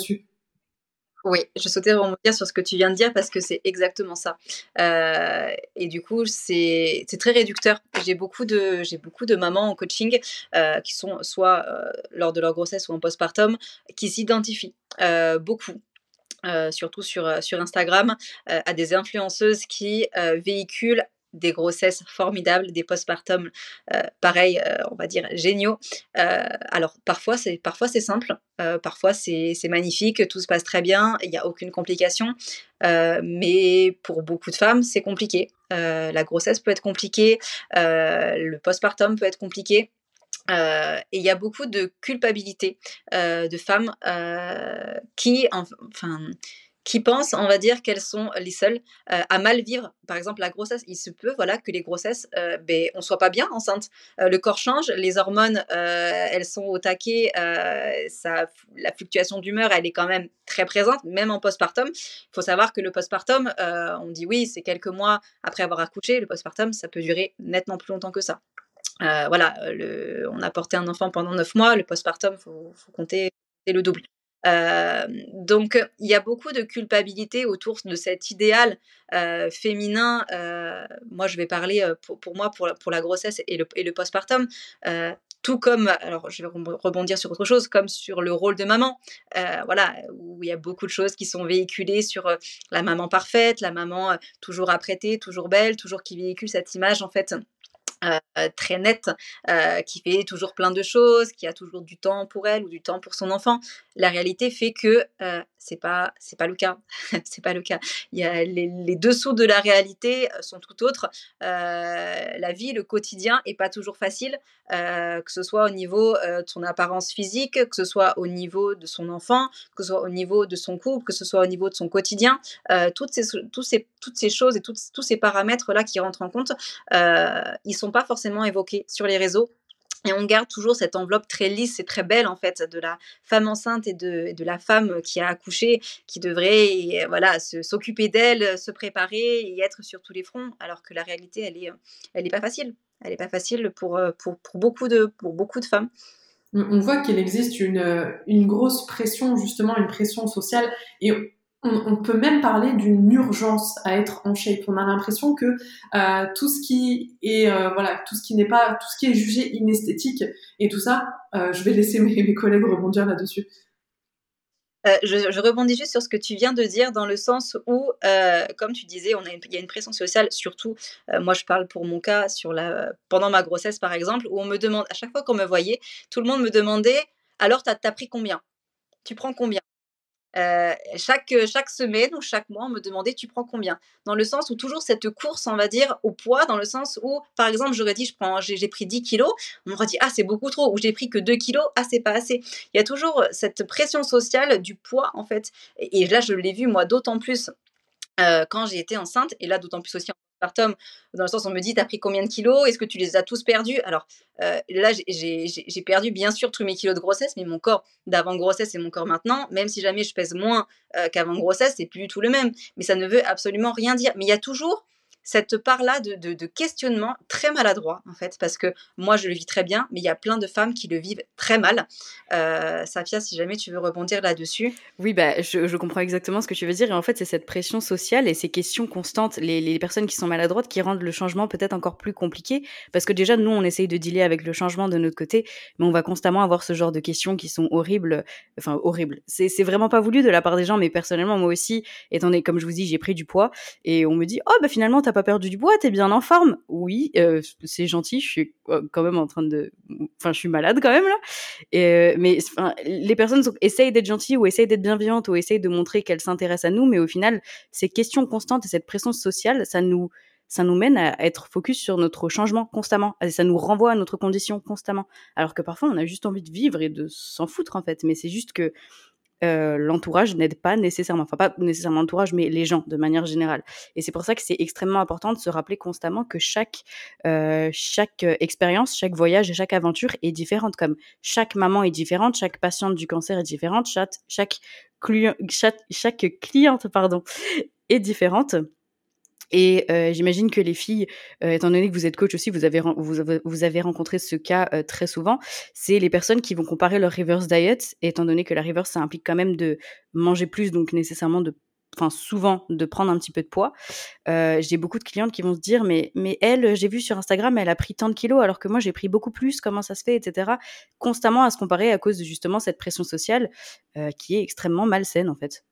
Oui, je souhaitais rebondir sur ce que tu viens de dire parce que c'est exactement ça. Euh, et du coup, c'est, c'est très réducteur. J'ai beaucoup de, j'ai beaucoup de mamans en coaching euh, qui sont soit euh, lors de leur grossesse ou en postpartum, qui s'identifient euh, beaucoup. Euh, surtout sur, sur Instagram, euh, à des influenceuses qui euh, véhiculent des grossesses formidables, des postpartums, euh, pareil, euh, on va dire géniaux. Euh, alors parfois c'est parfois c'est simple, euh, parfois c'est c'est magnifique, tout se passe très bien, il n'y a aucune complication. Euh, mais pour beaucoup de femmes, c'est compliqué. Euh, la grossesse peut être compliquée, euh, le postpartum peut être compliqué. Euh, et il y a beaucoup de culpabilité euh, de femmes euh, qui, enfin, qui pensent, on va dire, qu'elles sont les seules euh, à mal vivre. Par exemple, la grossesse, il se peut, voilà, que les grossesses, euh, ben, on soit pas bien enceinte. Euh, le corps change, les hormones, euh, elles sont au taquet. Euh, ça, la fluctuation d'humeur, elle est quand même très présente, même en postpartum. Il faut savoir que le postpartum, euh, on dit oui, c'est quelques mois après avoir accouché. Le postpartum, ça peut durer nettement plus longtemps que ça. Euh, voilà, le, on a porté un enfant pendant neuf mois, le postpartum, il faut, faut compter le double. Euh, donc, il y a beaucoup de culpabilité autour de cet idéal euh, féminin. Euh, moi, je vais parler pour, pour moi, pour, pour la grossesse et le, et le postpartum. Euh, tout comme, alors je vais rebondir sur autre chose, comme sur le rôle de maman, euh, voilà, où il y a beaucoup de choses qui sont véhiculées sur euh, la maman parfaite, la maman euh, toujours apprêtée, toujours belle, toujours qui véhicule cette image, en fait, euh, très nette, euh, qui fait toujours plein de choses, qui a toujours du temps pour elle ou du temps pour son enfant. La réalité fait que euh, c'est pas c'est pas le cas. C'est pas le cas. Il y a les, les dessous de la réalité euh, sont tout autres. Euh, la vie, le quotidien est pas toujours facile, euh, que ce soit au niveau euh, de son apparence physique, que ce soit au niveau de son enfant, que ce soit au niveau de son couple, que ce soit au niveau de son quotidien. Euh, toutes ces, tous ces, toutes ces choses et toutes, tous ces paramètres là qui rentrent en compte, euh, ils sont pas forcément évoqués sur les réseaux. Et on garde toujours cette enveloppe très lisse et très belle en fait de la femme enceinte et de, et de la femme qui a accouché, qui devrait et, voilà se, s'occuper d'elle, se préparer et être sur tous les fronts, alors que la réalité elle est, elle est pas facile. Elle est pas facile pour, pour, pour, beaucoup, de, pour beaucoup de femmes. On voit qu'il existe une, une grosse pression, justement une pression sociale, et on, on peut même parler d'une urgence à être en shape. On a l'impression que euh, tout ce qui est euh, voilà, tout ce qui n'est pas, tout ce qui est jugé inesthétique et tout ça, euh, je vais laisser mes, mes collègues rebondir là-dessus. Euh, je, je rebondis juste sur ce que tu viens de dire, dans le sens où, euh, comme tu disais, on a une, il y a une pression sociale, surtout, euh, moi je parle pour mon cas, sur la, pendant ma grossesse par exemple, où on me demande, à chaque fois qu'on me voyait, tout le monde me demandait, alors t'as, t'as pris combien? Tu prends combien? Euh, chaque, chaque semaine ou chaque mois, on me demandait tu prends combien? Dans le sens où toujours cette course, on va dire, au poids, dans le sens où, par exemple, j'aurais dit je prends, j'ai, j'ai pris dix kilos, on m'aurait dit ah c'est beaucoup trop, ou j'ai pris que deux kilos, ah c'est pas assez. Il y a toujours cette pression sociale du poids en fait, et, et là je l'ai vu moi d'autant plus euh, quand j'ai été enceinte, et là d'autant plus aussi en postpartum, dans le sens où on me dit t'as pris combien de kilos, est-ce que tu les as tous perdus? Alors euh, là j'ai, j'ai, j'ai perdu bien sûr tous mes kilos de grossesse, mais mon corps d'avant grossesse et mon corps maintenant, même si jamais je pèse moins euh, qu'avant grossesse, c'est plus du tout le même, mais ça ne veut absolument rien dire. Mais il y a toujours cette part-là de, de, de questionnement très maladroit, en fait, parce que moi, je le vis très bien, mais il y a plein de femmes qui le vivent très mal. Euh, Safia, si jamais tu veux rebondir là-dessus. Oui, bah, je, je comprends exactement ce que tu veux dire. Et en fait, c'est cette pression sociale et ces questions constantes, les, les personnes qui sont maladroites, qui rendent le changement peut-être encore plus compliqué. Parce que déjà, nous, on essaye de dealer avec le changement de notre côté, mais on va constamment avoir ce genre de questions qui sont horribles. Enfin, horribles. C'est, c'est vraiment pas voulu de la part des gens, mais personnellement, moi aussi, étant donné, comme je vous dis, j'ai pris du poids, et on me dit, oh, bah finalement, t'as pas perdu du poids, t'es bien en forme. Oui, euh, c'est gentil, je suis quand même en train de... Enfin, je suis malade quand même, là. Et, euh, mais enfin, les personnes sont, essayent d'être gentilles ou essayent d'être bienveillantes ou essayent de montrer qu'elles s'intéressent à nous, mais au final, ces questions constantes et cette pression sociale, ça nous, ça nous mène à être focus sur notre changement constamment. Ça nous renvoie à notre condition constamment. Alors que parfois, on a juste envie de vivre et de s'en foutre, en fait. Mais c'est juste que Euh, l'entourage n'aide pas nécessairement, enfin pas nécessairement l'entourage, mais les gens de manière générale. Et c'est pour ça que c'est extrêmement important de se rappeler constamment que chaque euh, chaque expérience, chaque voyage et chaque aventure est différente. Comme chaque maman est différente, chaque patiente du cancer est différente, chaque chaque, clu- chaque, chaque cliente pardon est différente. Et euh, j'imagine que les filles, euh, étant donné que vous êtes coach aussi, vous avez, vous avez, vous avez rencontré ce cas euh, très souvent, c'est les personnes qui vont comparer leur reverse diet, et étant donné que la reverse, ça implique quand même de manger plus, donc nécessairement de, enfin souvent de prendre un petit peu de poids. Euh, j'ai beaucoup de clientes qui vont se dire, mais, mais elle, j'ai vu sur Instagram, elle a pris tant de kilos, alors que moi j'ai pris beaucoup plus, comment ça se fait, et cetera. Constamment à se comparer à cause de justement cette pression sociale euh, qui est extrêmement malsaine en fait.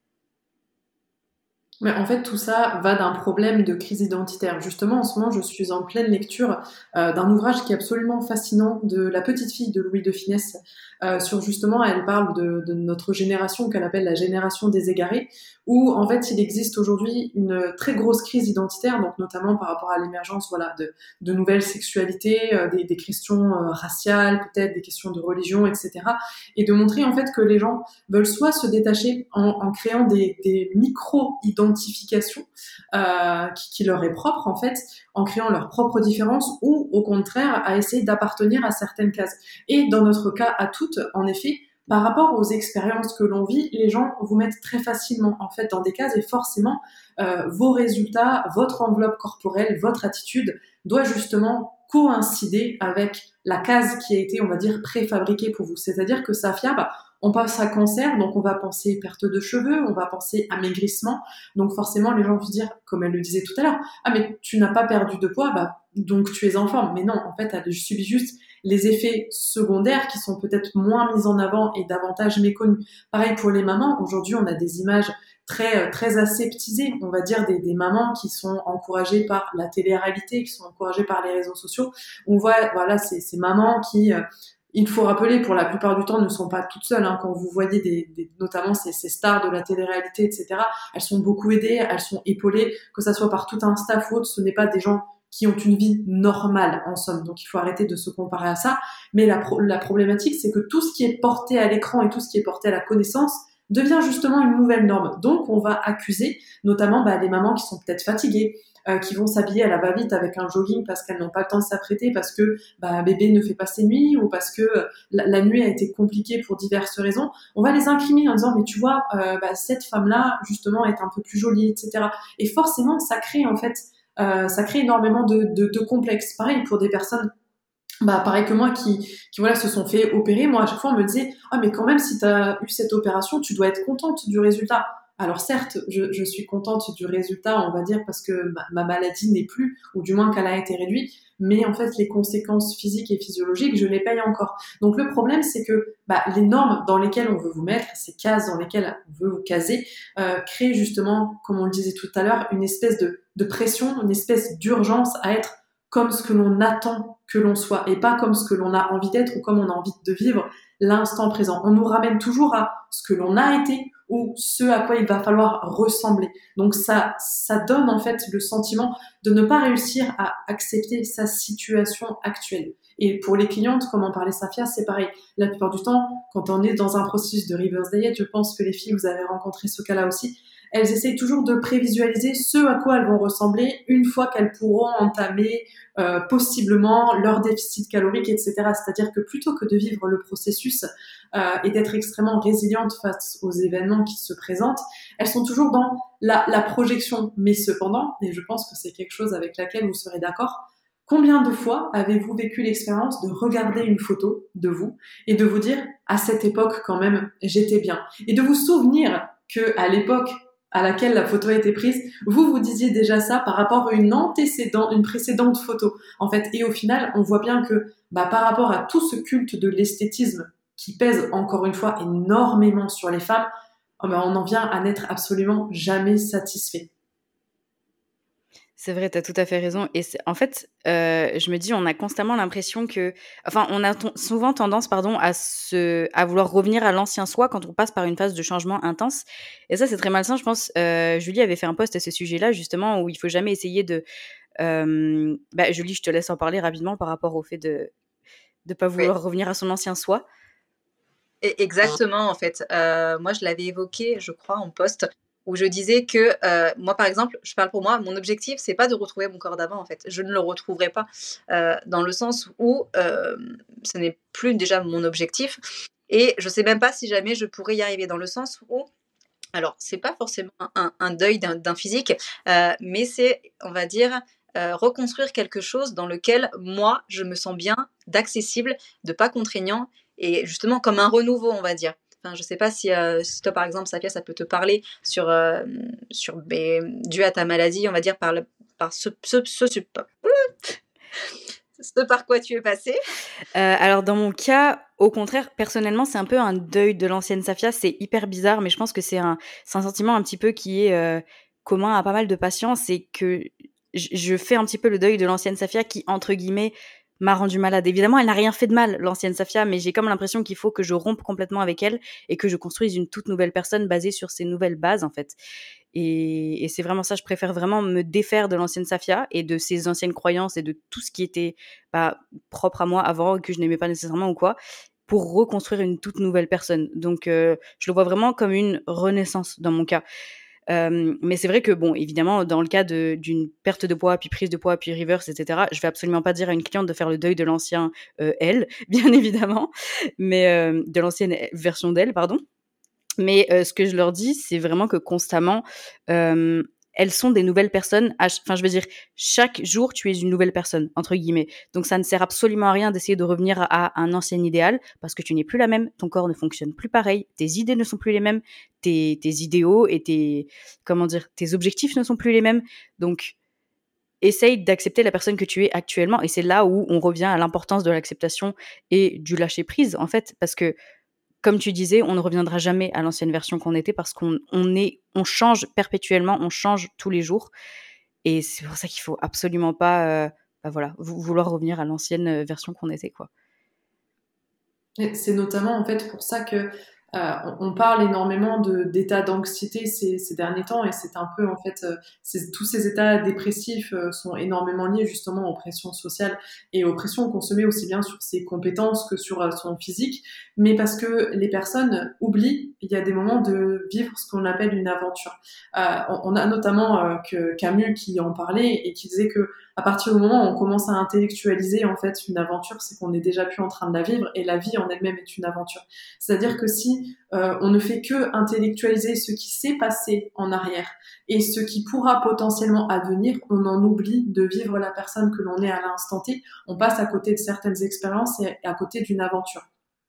Mais en fait, tout ça va d'un problème de crise identitaire. Justement, en ce moment, je suis en pleine lecture euh, d'un ouvrage qui est absolument fascinant de la petite fille de Louis de Funès. Euh, sur justement, elle parle de, de notre génération qu'elle appelle la génération des égarés, où en fait, il existe aujourd'hui une très grosse crise identitaire, donc notamment par rapport à l'émergence, voilà, de, de nouvelles sexualités, euh, des, des questions euh, raciales, peut-être des questions de religion, et cetera. Et de montrer en fait que les gens veulent soit se détacher en, en créant des, des micro-identifications euh, qui, qui leur est propre en fait, en créant leurs propres différences, ou au contraire à essayer d'appartenir à certaines cases. Et dans notre cas à toutes, en effet, par rapport aux expériences que l'on vit, les gens vous mettent très facilement en fait dans des cases, et forcément euh, vos résultats, votre enveloppe corporelle, votre attitude doit justement coïncider avec la case qui a été, on va dire, préfabriquée pour vous. C'est-à-dire que Safia, bah, on passe à cancer, donc on va penser perte de cheveux, on va penser amaigrissement, donc forcément les gens vont se dire, comme elle le disait tout à l'heure, ah mais tu n'as pas perdu de poids, bah donc tu es en forme. Mais non, en fait, elle subit juste les effets secondaires qui sont peut-être moins mis en avant et davantage méconnus. Pareil pour les mamans, aujourd'hui on a des images très très aseptisées, on va dire des, des mamans qui sont encouragées par la télé-réalité, qui sont encouragées par les réseaux sociaux. On voit voilà ces, ces mamans qui, euh, il faut rappeler, pour la plupart du temps ne sont pas toutes seules. Hein, quand vous voyez des, des notamment ces, ces stars de la télé-réalité, et cetera, elles sont beaucoup aidées, elles sont épaulées, que ça soit par tout un staff ou autre. Ce n'est pas des gens qui ont une vie normale, en somme. Donc, il faut arrêter de se comparer à ça. Mais la, pro- la problématique, c'est que tout ce qui est porté à l'écran et tout ce qui est porté à la connaissance devient justement une nouvelle norme. Donc, on va accuser notamment bah, les mamans qui sont peut-être fatiguées, euh, qui vont s'habiller à la va-vite avec un jogging parce qu'elles n'ont pas le temps de s'apprêter, parce que bah, bébé ne fait pas ses nuits ou parce que la, la nuit a été compliquée pour diverses raisons. On va les incriminer en disant, mais tu vois, euh, bah, cette femme-là, justement, est un peu plus jolie, et cetera. Et forcément, ça crée en fait Euh, ça crée énormément de, de, de complexes. Pareil pour des personnes, bah pareil que moi, qui, qui voilà se sont fait opérer. Moi, à chaque fois, on me disait, ah mais quand même, si tu as eu cette opération, tu dois être contente du résultat. Alors certes, je, je suis contente du résultat, on va dire, parce que ma, ma maladie n'est plus, ou du moins qu'elle a été réduite, mais en fait, les conséquences physiques et physiologiques, je les paye encore. Donc le problème, c'est que bah, les normes dans lesquelles on veut vous mettre, ces cases dans lesquelles on veut vous caser, euh, créent justement, comme on le disait tout à l'heure, une espèce de, de pression, une espèce d'urgence à être comme ce que l'on attend que l'on soit, et pas comme ce que l'on a envie d'être ou comme on a envie de vivre l'instant présent. On nous ramène toujours à ce que l'on a été ou ce à quoi il va falloir ressembler. Donc ça, ça donne en fait le sentiment de ne pas réussir à accepter sa situation actuelle. Et pour les clientes, comme en parlait Safia, c'est pareil. La plupart du temps, quand on est dans un processus de reverse diet, je pense que les filles, vous avez rencontré ce cas-là aussi, elles essayent toujours de prévisualiser ce à quoi elles vont ressembler une fois qu'elles pourront entamer euh, possiblement leur déficit calorique, et cetera. C'est-à-dire que plutôt que de vivre le processus euh, et d'être extrêmement résiliente face aux événements qui se présentent, elles sont toujours dans la, la projection. Mais cependant, et je pense que c'est quelque chose avec laquelle vous serez d'accord, combien de fois avez-vous vécu l'expérience de regarder une photo de vous et de vous dire, à cette époque quand même, j'étais bien, et de vous souvenir que à l'époque à laquelle la photo a été prise, vous vous disiez déjà ça par rapport à une antécédente, une précédente photo, en fait. Et au final, on voit bien que, bah, par rapport à tout ce culte de l'esthétisme qui pèse encore une fois énormément sur les femmes, oh ben, on en vient à n'être absolument jamais satisfait. C'est vrai, tu as tout à fait raison. Et c'est, en fait, euh, je me dis, on a constamment l'impression que... Enfin, on a ton- souvent tendance pardon, à, se, à vouloir revenir à l'ancien soi quand on passe par une phase de changement intense. Et ça, c'est très malsain. Je pense, euh, Julie avait fait un post à ce sujet-là, justement, où il faut jamais essayer de... Euh, bah, Julie, je te laisse en parler rapidement par rapport au fait de ne pas vouloir Oui. revenir à son ancien soi. Et exactement, en fait. Euh, moi, je l'avais évoqué, je crois, en post, où je disais que euh, moi, par exemple, je parle pour moi, mon objectif, c'est pas de retrouver mon corps d'avant, en fait. Je ne le retrouverai pas, euh, dans le sens où euh, ce n'est plus déjà mon objectif. Et je sais même pas si jamais je pourrais y arriver, dans le sens où, alors, c'est pas forcément un, un deuil d'un, d'un physique, euh, mais c'est, on va dire, euh, reconstruire quelque chose dans lequel moi, je me sens bien, d'accessible, de pas contraignant, et justement comme un renouveau, on va dire. Enfin, je sais pas si, euh, si toi, par exemple, Safia, ça peut te parler sur, euh, sur ben, dû à ta maladie, on va dire, par, le, par ce, ce, ce, ce, ce par quoi tu es passé. Euh, alors dans mon cas, au contraire, personnellement, c'est un peu un deuil de l'ancienne Safia. C'est hyper bizarre, mais je pense que c'est un, c'est un sentiment un petit peu qui est euh, commun à pas mal de patients. C'est que je, je fais un petit peu le deuil de l'ancienne Safia qui, entre guillemets, m'a rendu malade. Évidemment, elle n'a rien fait de mal, l'ancienne Safia, mais j'ai comme l'impression qu'il faut que je rompe complètement avec elle et que je construise une toute nouvelle personne basée sur ces nouvelles bases, en fait. Et, et c'est vraiment ça, je préfère vraiment me défaire de l'ancienne Safia et de ses anciennes croyances et de tout ce qui était bah, propre à moi avant et que je n'aimais pas nécessairement ou quoi, pour reconstruire une toute nouvelle personne. Donc, euh, je le vois vraiment comme une renaissance dans mon cas. Euh, mais c'est vrai que, bon, évidemment, dans le cas de, d'une perte de poids, puis prise de poids, puis reverse, et cetera, je vais absolument pas dire à une cliente de faire le deuil de l'ancien euh, elle, bien évidemment, mais euh, de l'ancienne version d'elle, pardon. Mais euh, ce que je leur dis, c'est vraiment que constamment, euh, elles sont des nouvelles personnes. Enfin, je veux dire, chaque jour, tu es une nouvelle personne, entre guillemets. Donc, ça ne sert absolument à rien d'essayer de revenir à, à un ancien idéal parce que tu n'es plus la même, ton corps ne fonctionne plus pareil, tes idées ne sont plus les mêmes, tes, tes idéaux et tes, comment dire, tes objectifs ne sont plus les mêmes. Donc, essaye d'accepter la personne que tu es actuellement. Et c'est là où on revient à l'importance de l'acceptation et du lâcher-prise, en fait, parce que, comme tu disais, on ne reviendra jamais à l'ancienne version qu'on était parce qu'on on est, on change perpétuellement, on change tous les jours. Et c'est pour ça qu'il faut absolument pas, euh, bah voilà, vouloir revenir à l'ancienne version qu'on était, quoi. Et c'est notamment en fait pour ça que euh, on, on parle énormément de d'états d'anxiété ces, ces derniers temps, et c'est un peu en fait euh, c'est, tous ces états dépressifs euh, sont énormément liés justement aux pressions sociales et aux pressions qu'on se met aussi bien sur ses compétences que sur euh, son physique, mais parce que les personnes oublient il y a des moments de vivre ce qu'on appelle une aventure. Euh, on, on a notamment euh, que Camus qui en parlait et qui disait que à partir du moment où on commence à intellectualiser en fait une aventure, c'est qu'on est déjà plus en train de la vivre, et la vie en elle-même est une aventure. C'est-à-dire que si euh, on ne fait que intellectualiser ce qui s'est passé en arrière et ce qui pourra potentiellement advenir, on en oublie de vivre la personne que l'on est à l'instant T. On passe à côté de certaines expériences et à côté d'une aventure.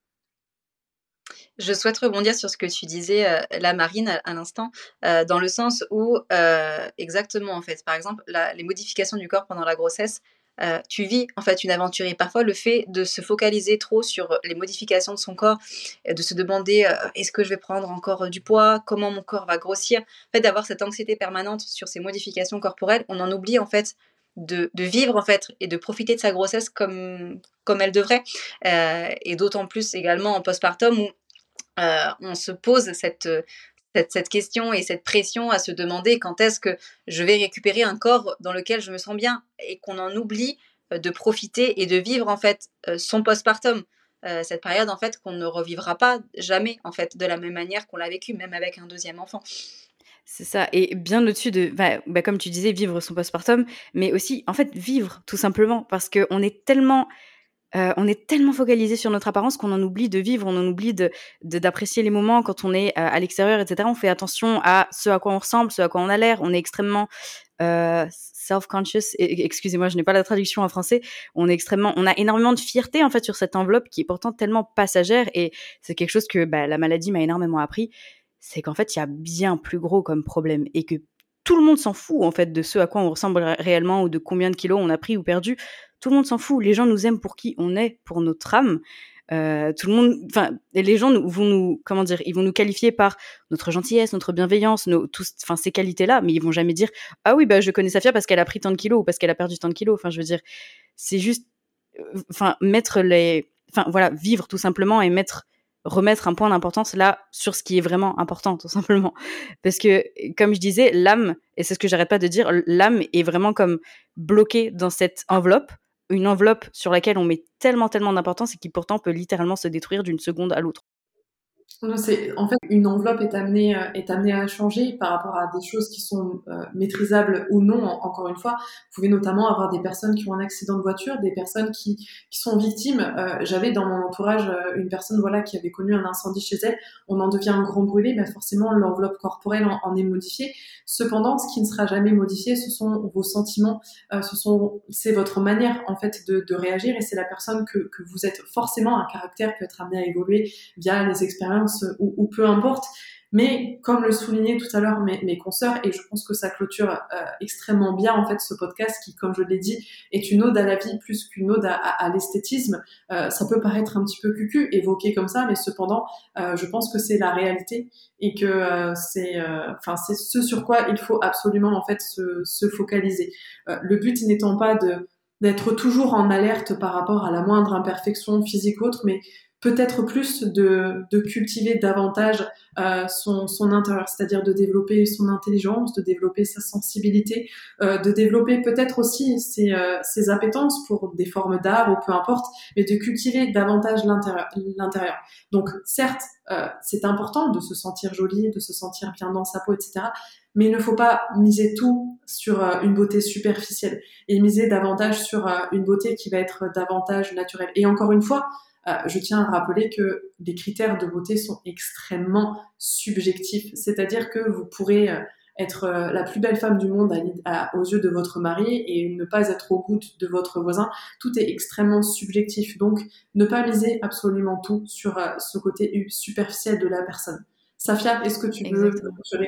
Je souhaite rebondir sur ce que tu disais, euh, la Marine, à, à l'instant, euh, dans le sens où, euh, exactement, en fait, par exemple, la, les modifications du corps pendant la grossesse, euh, tu vis, en fait, une aventure. Et parfois, le fait de se focaliser trop sur les modifications de son corps, euh, de se demander, euh, est-ce que je vais prendre encore du poids, comment mon corps va grossir, en fait, d'avoir cette anxiété permanente sur ces modifications corporelles, on en oublie, en fait, de, de vivre, en fait, et de profiter de sa grossesse comme, comme elle devrait. Euh, et d'autant plus également en postpartum où Euh, on se pose cette, cette, cette question et cette pression à se demander quand est-ce que je vais récupérer un corps dans lequel je me sens bien, et qu'on en oublie de profiter et de vivre en fait son postpartum, euh, cette période en fait qu'on ne revivra pas jamais en fait de la même manière qu'on l'a vécu, même avec un deuxième enfant. C'est ça, et bien au-dessus de, bah, bah, comme tu disais, vivre son postpartum, mais aussi en fait vivre tout simplement, parce qu'on est tellement Euh, on est tellement focalisé sur notre apparence qu'on en oublie de vivre, on en oublie de, de, d'apprécier les moments quand on est euh, à l'extérieur, et cetera. On fait attention à ce à quoi on ressemble, ce à quoi on a l'air. On est extrêmement euh, self-conscious. Et, excusez-moi, je n'ai pas la traduction en français. On est extrêmement, on a énormément de fierté en fait sur cette enveloppe qui est pourtant tellement passagère. Et c'est quelque chose que bah, la maladie m'a énormément appris. C'est qu'en fait, il y a bien plus gros comme problème, et que tout le monde s'en fout en fait de ce à quoi on ressemble réellement ou de combien de kilos on a pris ou perdu. Tout le monde s'en fout. Les gens nous aiment pour qui on est, pour notre âme. Euh, tout le monde, enfin, les gens nous, vont nous, comment dire, ils vont nous qualifier par notre gentillesse, notre bienveillance, nos, tous, enfin, ces qualités-là, mais ils vont jamais dire, ah oui, bah, je connais Safia parce qu'elle a pris tant de kilos ou parce qu'elle a perdu tant de kilos. Enfin, je veux dire, c'est juste, enfin, mettre les, enfin, voilà, vivre tout simplement et mettre, remettre un point d'importance là sur ce qui est vraiment important, tout simplement. Parce que, comme je disais, l'âme, et c'est ce que j'arrête pas de dire, l'âme est vraiment comme bloquée dans cette enveloppe, une enveloppe sur laquelle on met tellement, tellement d'importance et qui pourtant peut littéralement se détruire d'une seconde à l'autre. Non, c'est, en fait, une enveloppe est amenée, euh, est amenée à changer par rapport à des choses qui sont euh, maîtrisables ou non. En, encore une fois, vous pouvez notamment avoir des personnes qui ont un accident de voiture, des personnes qui, qui sont victimes. Euh, j'avais dans mon entourage euh, une personne voilà, qui avait connu un incendie chez elle. On en devient un grand brûlé, mais forcément, l'enveloppe corporelle en, en est modifiée. Cependant, ce qui ne sera jamais modifié, ce sont vos sentiments, euh, ce sont, c'est votre manière en fait de, de réagir, et c'est la personne que, que vous êtes. Forcément, un caractère peut être amené à évoluer via les expériences Ou, ou peu importe, mais comme le soulignaient tout à l'heure mes, mes consoeurs, et je pense que ça clôture euh, extrêmement bien en fait ce podcast qui, comme je l'ai dit, est une ode à la vie plus qu'une ode à, à, à l'esthétisme. Euh, ça peut paraître un petit peu cucu évoqué comme ça, mais cependant euh, je pense que c'est la réalité, et que euh, c'est enfin euh, c'est ce sur quoi il faut absolument en fait se, se focaliser. Euh, le but n'étant pas de d'être toujours en alerte par rapport à la moindre imperfection physique ou autre, mais peut-être plus de, de cultiver davantage euh, son, son intérieur, c'est-à-dire de développer son intelligence, de développer sa sensibilité, euh, de développer peut-être aussi ses, euh, ses appétences pour des formes d'art ou peu importe, mais de cultiver davantage l'intérieur. l'intérieur. Donc certes, euh, c'est important de se sentir jolie, de se sentir bien dans sa peau, et cetera, mais il ne faut pas miser tout sur euh, une beauté superficielle, et miser davantage sur euh, une beauté qui va être davantage naturelle. Et encore une fois, Euh, je tiens à rappeler que les critères de beauté sont extrêmement subjectifs. C'est-à-dire que vous pourrez euh, être euh, la plus belle femme du monde à, à, aux yeux de votre mari et ne pas être au goût de votre voisin. Tout est extrêmement subjectif. Donc, ne pas miser absolument tout sur euh, ce côté superficiel de la personne. Safia, est-ce que tu veux clôturer ?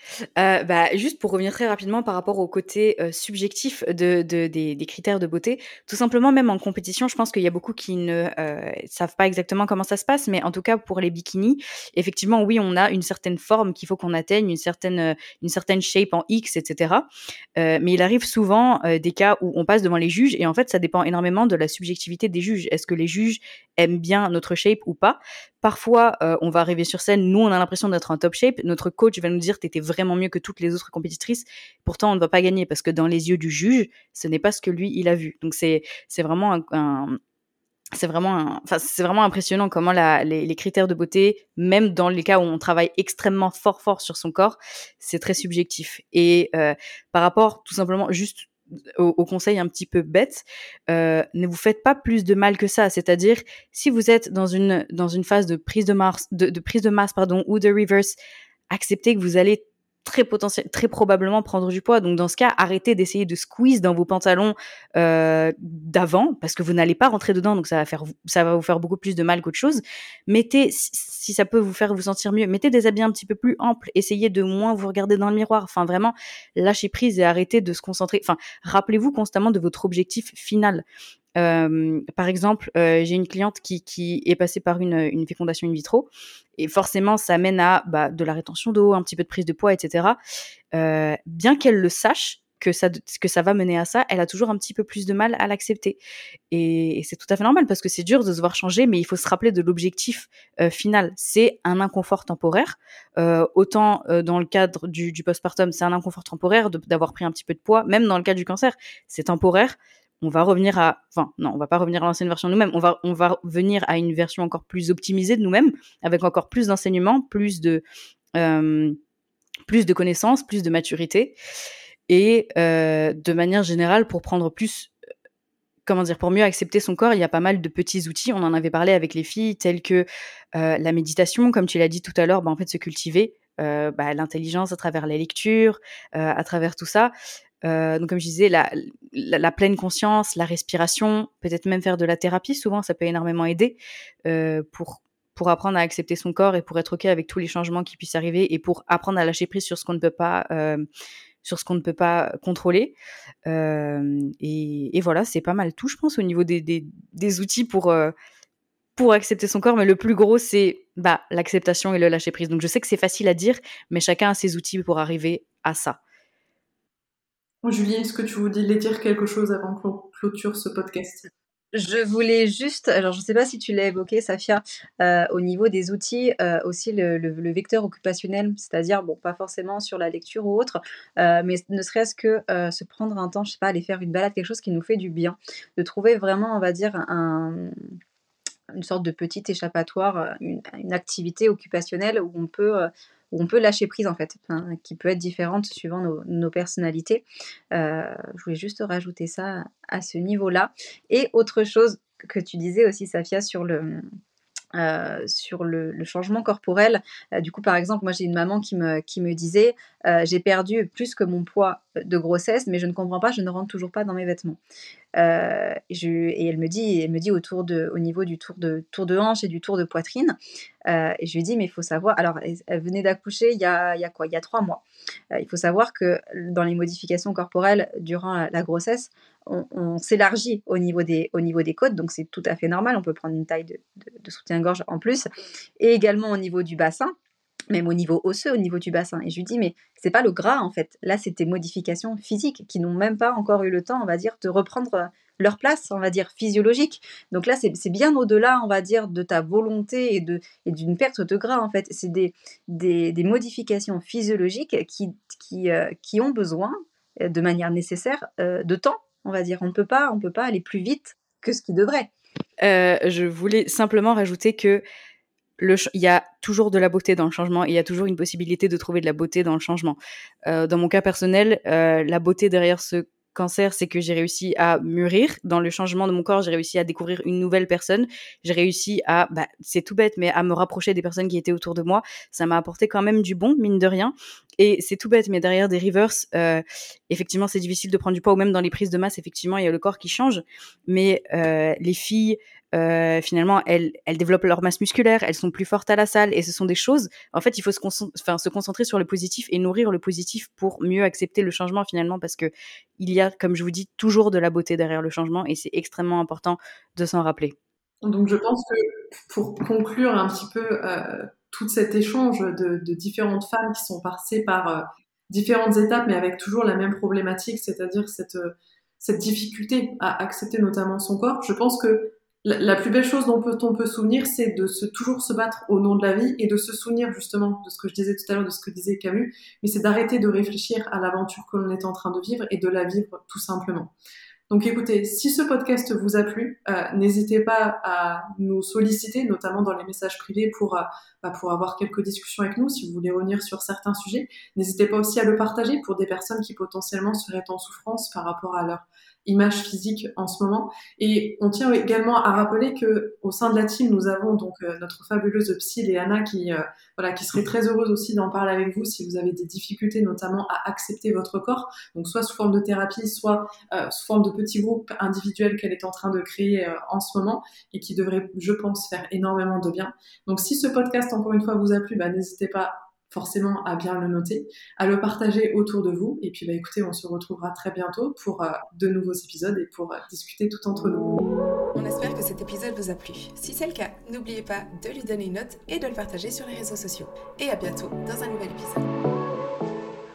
Heu, bah, juste pour revenir très rapidement par rapport au côté, heu, subjectif de de des des critères de beauté. Tout simplement, même en compétition, je pense qu'il y a beaucoup qui ne, heu, savent pas exactement comment ça se passe, mais en tout cas pour les bikinis, effectivement, oui, on a une certaine forme qu'il faut qu'on atteigne, une certaine, heu, une certaine shape en X et cetera. Heu, mais il arrive souvent, heu, des cas où on passe devant les juges et en fait, ça dépend énormément de la subjectivité des juges. Est-ce que les juges aiment bien notre shape ou pas? Parfois, heu, on va arriver sur scène, nous, on a l'impression d'être en top shape. Notre coach va nous dire: «Tu étais vraiment mieux que toutes les autres compétitrices». Pourtant, on ne va pas gagner parce que dans les yeux du juge, ce n'est pas ce que lui, il a vu. Donc c'est c'est vraiment un un c'est vraiment un enfin, c'est vraiment impressionnant comment la les les critères de beauté, même dans les cas où on travaille extrêmement fort, fort sur son corps, c'est très subjectif et heu, par rapport tout simplement juste au au conseil un petit peu bête, heu, ne vous faites pas plus de mal que ça. C'est-à-dire, si vous êtes dans une dans une phase de prise de mars de de prise de masse, pardon, ou de reverse, acceptez que vous allez très potentiel très probablement prendre du poids. Donc dans ce cas, arrêtez d'essayer de squeeze dans vos pantalons, heu, d'avant parce que vous n'allez pas rentrer dedans, donc ça va faire ça va vous faire beaucoup plus de mal qu'autre chose. Mettez si si ça peut vous faire vous sentir mieux, mettez des habits un petit peu plus amples, essayez de moins vous regarder dans le miroir. Enfin vraiment, lâchez prise et arrêtez de se concentrer enfin, rappelez-vous constamment de votre objectif final. Hem, par exemple, heu, j'ai une cliente qui qui est passée par une, une fécondation in vitro et forcément ça mène à, bah, de la rétention d'eau, un petit peu de prise de poids et cetera. Heu, bien qu'elle le sache que ça que ça va mener à ça, elle a toujours un petit peu plus de mal à l'accepter et et c'est tout à fait normal parce que c'est dur de se voir changer, mais il faut se rappeler de l'objectif, heu, final. C'est un inconfort temporaire, heu, autant, heu, dans le cadre du du postpartum, c'est un inconfort temporaire de d'avoir pris un petit peu de poids, même dans le cas du cancer, c'est temporaire. On va revenir à enfin non, on va pas revenir à l'ancienne version de nous-mêmes, on va on va venir à une version encore plus optimisée de nous-mêmes, avec encore plus d'enseignements, plus de, hem, plus de connaissances, plus de maturité et heu, de manière générale pour prendre plus, comment dire? Pour mieux accepter son corps, il y a pas mal de petits outils. On en avait parlé avec les filles tels que, heu, la méditation, comme tu l'as dit tout à l'heure, bah, en fait se cultiver, heu, bah, l'intelligence à travers la lecture, heu, à travers tout ça. Heu, donc comme je disais, la la la pleine conscience, la respiration, peut-être même faire de la thérapie, souvent ça peut énormément aider, heu, pour pour apprendre à accepter son corps et pour être OK avec tous les changements qui puissent arriver et pour apprendre à lâcher prise sur ce qu'on ne peut pas, hem, sur ce qu'on ne peut pas contrôler. Hem et et voilà, c'est pas mal tout, je pense, au niveau des des des outils pour, heu, pour accepter son corps, mais le plus gros, c'est, bah, l'acceptation et le lâcher prise. Donc je sais que c'est facile à dire, mais chacun a ses outils pour arriver à ça. Julie, est-ce que tu voulais dire quelque chose avant qu'on clôture ce podcast? Je voulais juste, alors je ne sais pas si tu l'as évoqué, Safia, euh, au niveau des outils, euh, aussi le, le- le vecteur occupationnel, c'est-à-dire, bon, pas forcément sur la lecture ou autre, euh, mais ne serait-ce que euh, se prendre un temps, je sais pas, aller faire une balade, quelque chose qui nous fait du bien, de trouver vraiment, on va dire, un, une sorte de petit échappatoire, euh, une, une activité occupationnelle où on peut, euh, où on peut lâcher prise en fait, hein, qui peut être différente suivant nos, nos personnalités. Euh, je voulais juste rajouter ça à ce niveau-là. Et autre chose que tu disais aussi, Safia, sur le, euh, sur le, le changement corporel. Euh, du coup, par exemple, moi j'ai une maman qui me, qui me disait euh, j'ai perdu plus que mon poids de grossesse, mais je ne comprends pas, je ne rentre toujours pas dans mes vêtements. Euh, je, et elle me dit, elle me dit autour de, au niveau du tour de, tour de hanche et du tour de poitrine. Euh, et je lui ai dit, mais il faut savoir. Alors, elle, elle venait d'accoucher il y a, il y a quoi? Il y a trois mois. Euh, il faut savoir que dans les modifications corporelles durant la, la grossesse, on, on s'élargit au niveau des, au niveau des côtes, donc c'est tout à fait normal. On peut prendre une taille de, de, de soutien-gorge en plus, et également au niveau du bassin. Même au niveau osseux, au niveau du bassin. Et je lui dis, mais c'est pas le gras en fait. Là, c'est tes modifications physiques qui n'ont même pas encore eu le temps, on va dire, de reprendre leur place, on va dire, physiologique. Donc là, c'est, c'est bien au-delà, on va dire, de ta volonté et, de, et d'une perte de gras en fait. C'est des, des, des modifications physiologiques qui, qui, euh, qui ont besoin, euh, de manière nécessaire, euh, de temps, on va dire. On ne peut pas, on peut pas aller plus vite que ce qui devrait. Euh, je voulais simplement rajouter que le ch- il y a toujours de la beauté dans le changement et il y a toujours une possibilité de trouver de la beauté dans le changement. Euh, dans mon cas personnel, euh, la beauté derrière ce cancer, c'est que j'ai réussi à mûrir. Dans le changement de mon corps, j'ai réussi à découvrir une nouvelle personne. J'ai réussi à, bah, c'est tout bête, mais à me rapprocher des personnes qui étaient autour de moi. Ça m'a apporté quand même du bon, mine de rien. Et c'est tout bête, mais derrière des reverse, euh, effectivement, c'est difficile de prendre du poids ou même dans les prises de masse, effectivement, il y a le corps qui change. Mais euh, les filles euh, finalement, elles, elles développent leur masse musculaire, elles sont plus fortes à la salle, et ce sont des choses, en fait, il faut se, con- enfin, se concentrer sur le positif et nourrir le positif pour mieux accepter le changement, finalement, parce que il y a, comme je vous dis, toujours de la beauté derrière le changement, et c'est extrêmement important de s'en rappeler. Donc je pense que pour conclure un petit peu euh, tout cet échange de, de différentes femmes qui sont passées par euh, différentes étapes, mais avec toujours la même problématique, c'est-à-dire cette, euh, cette difficulté à accepter notamment son corps, je pense que la, la plus belle chose dont peut, on peut se souvenir, c'est de se, toujours se battre au nom de la vie et de se souvenir justement de ce que je disais tout à l'heure, de ce que disait Camus, mais c'est d'arrêter de réfléchir à l'aventure que l'on est en train de vivre et de la vivre tout simplement. Donc écoutez, si ce podcast vous a plu, euh, n'hésitez pas à nous solliciter, notamment dans les messages privés pour, euh, bah, pour avoir quelques discussions avec nous, si vous voulez revenir sur certains sujets. N'hésitez pas aussi à le partager pour des personnes qui potentiellement seraient en souffrance par rapport à leur image physique en ce moment. Et on tient également à rappeler que au sein de la team, nous avons donc euh, notre fabuleuse psy Léana qui, euh, voilà, qui serait très heureuse aussi d'en parler avec vous si vous avez des difficultés notamment à accepter votre corps, donc soit sous forme de thérapie, soit euh, sous forme de petits groupes individuels qu'elle est en train de créer euh, en ce moment et qui devrait, je pense, faire énormément de bien. Donc si ce podcast, encore une fois, vous a plu, bah, n'hésitez pas forcément à bien le noter, à le partager autour de vous. Et puis bah, écoutez, on se retrouvera très bientôt pour euh, de nouveaux épisodes et pour euh, discuter tout entre nous. On espère que cet épisode vous a plu. Si c'est le cas, n'oubliez pas de lui donner une note et de le partager sur les réseaux sociaux. Et à bientôt dans un nouvel épisode.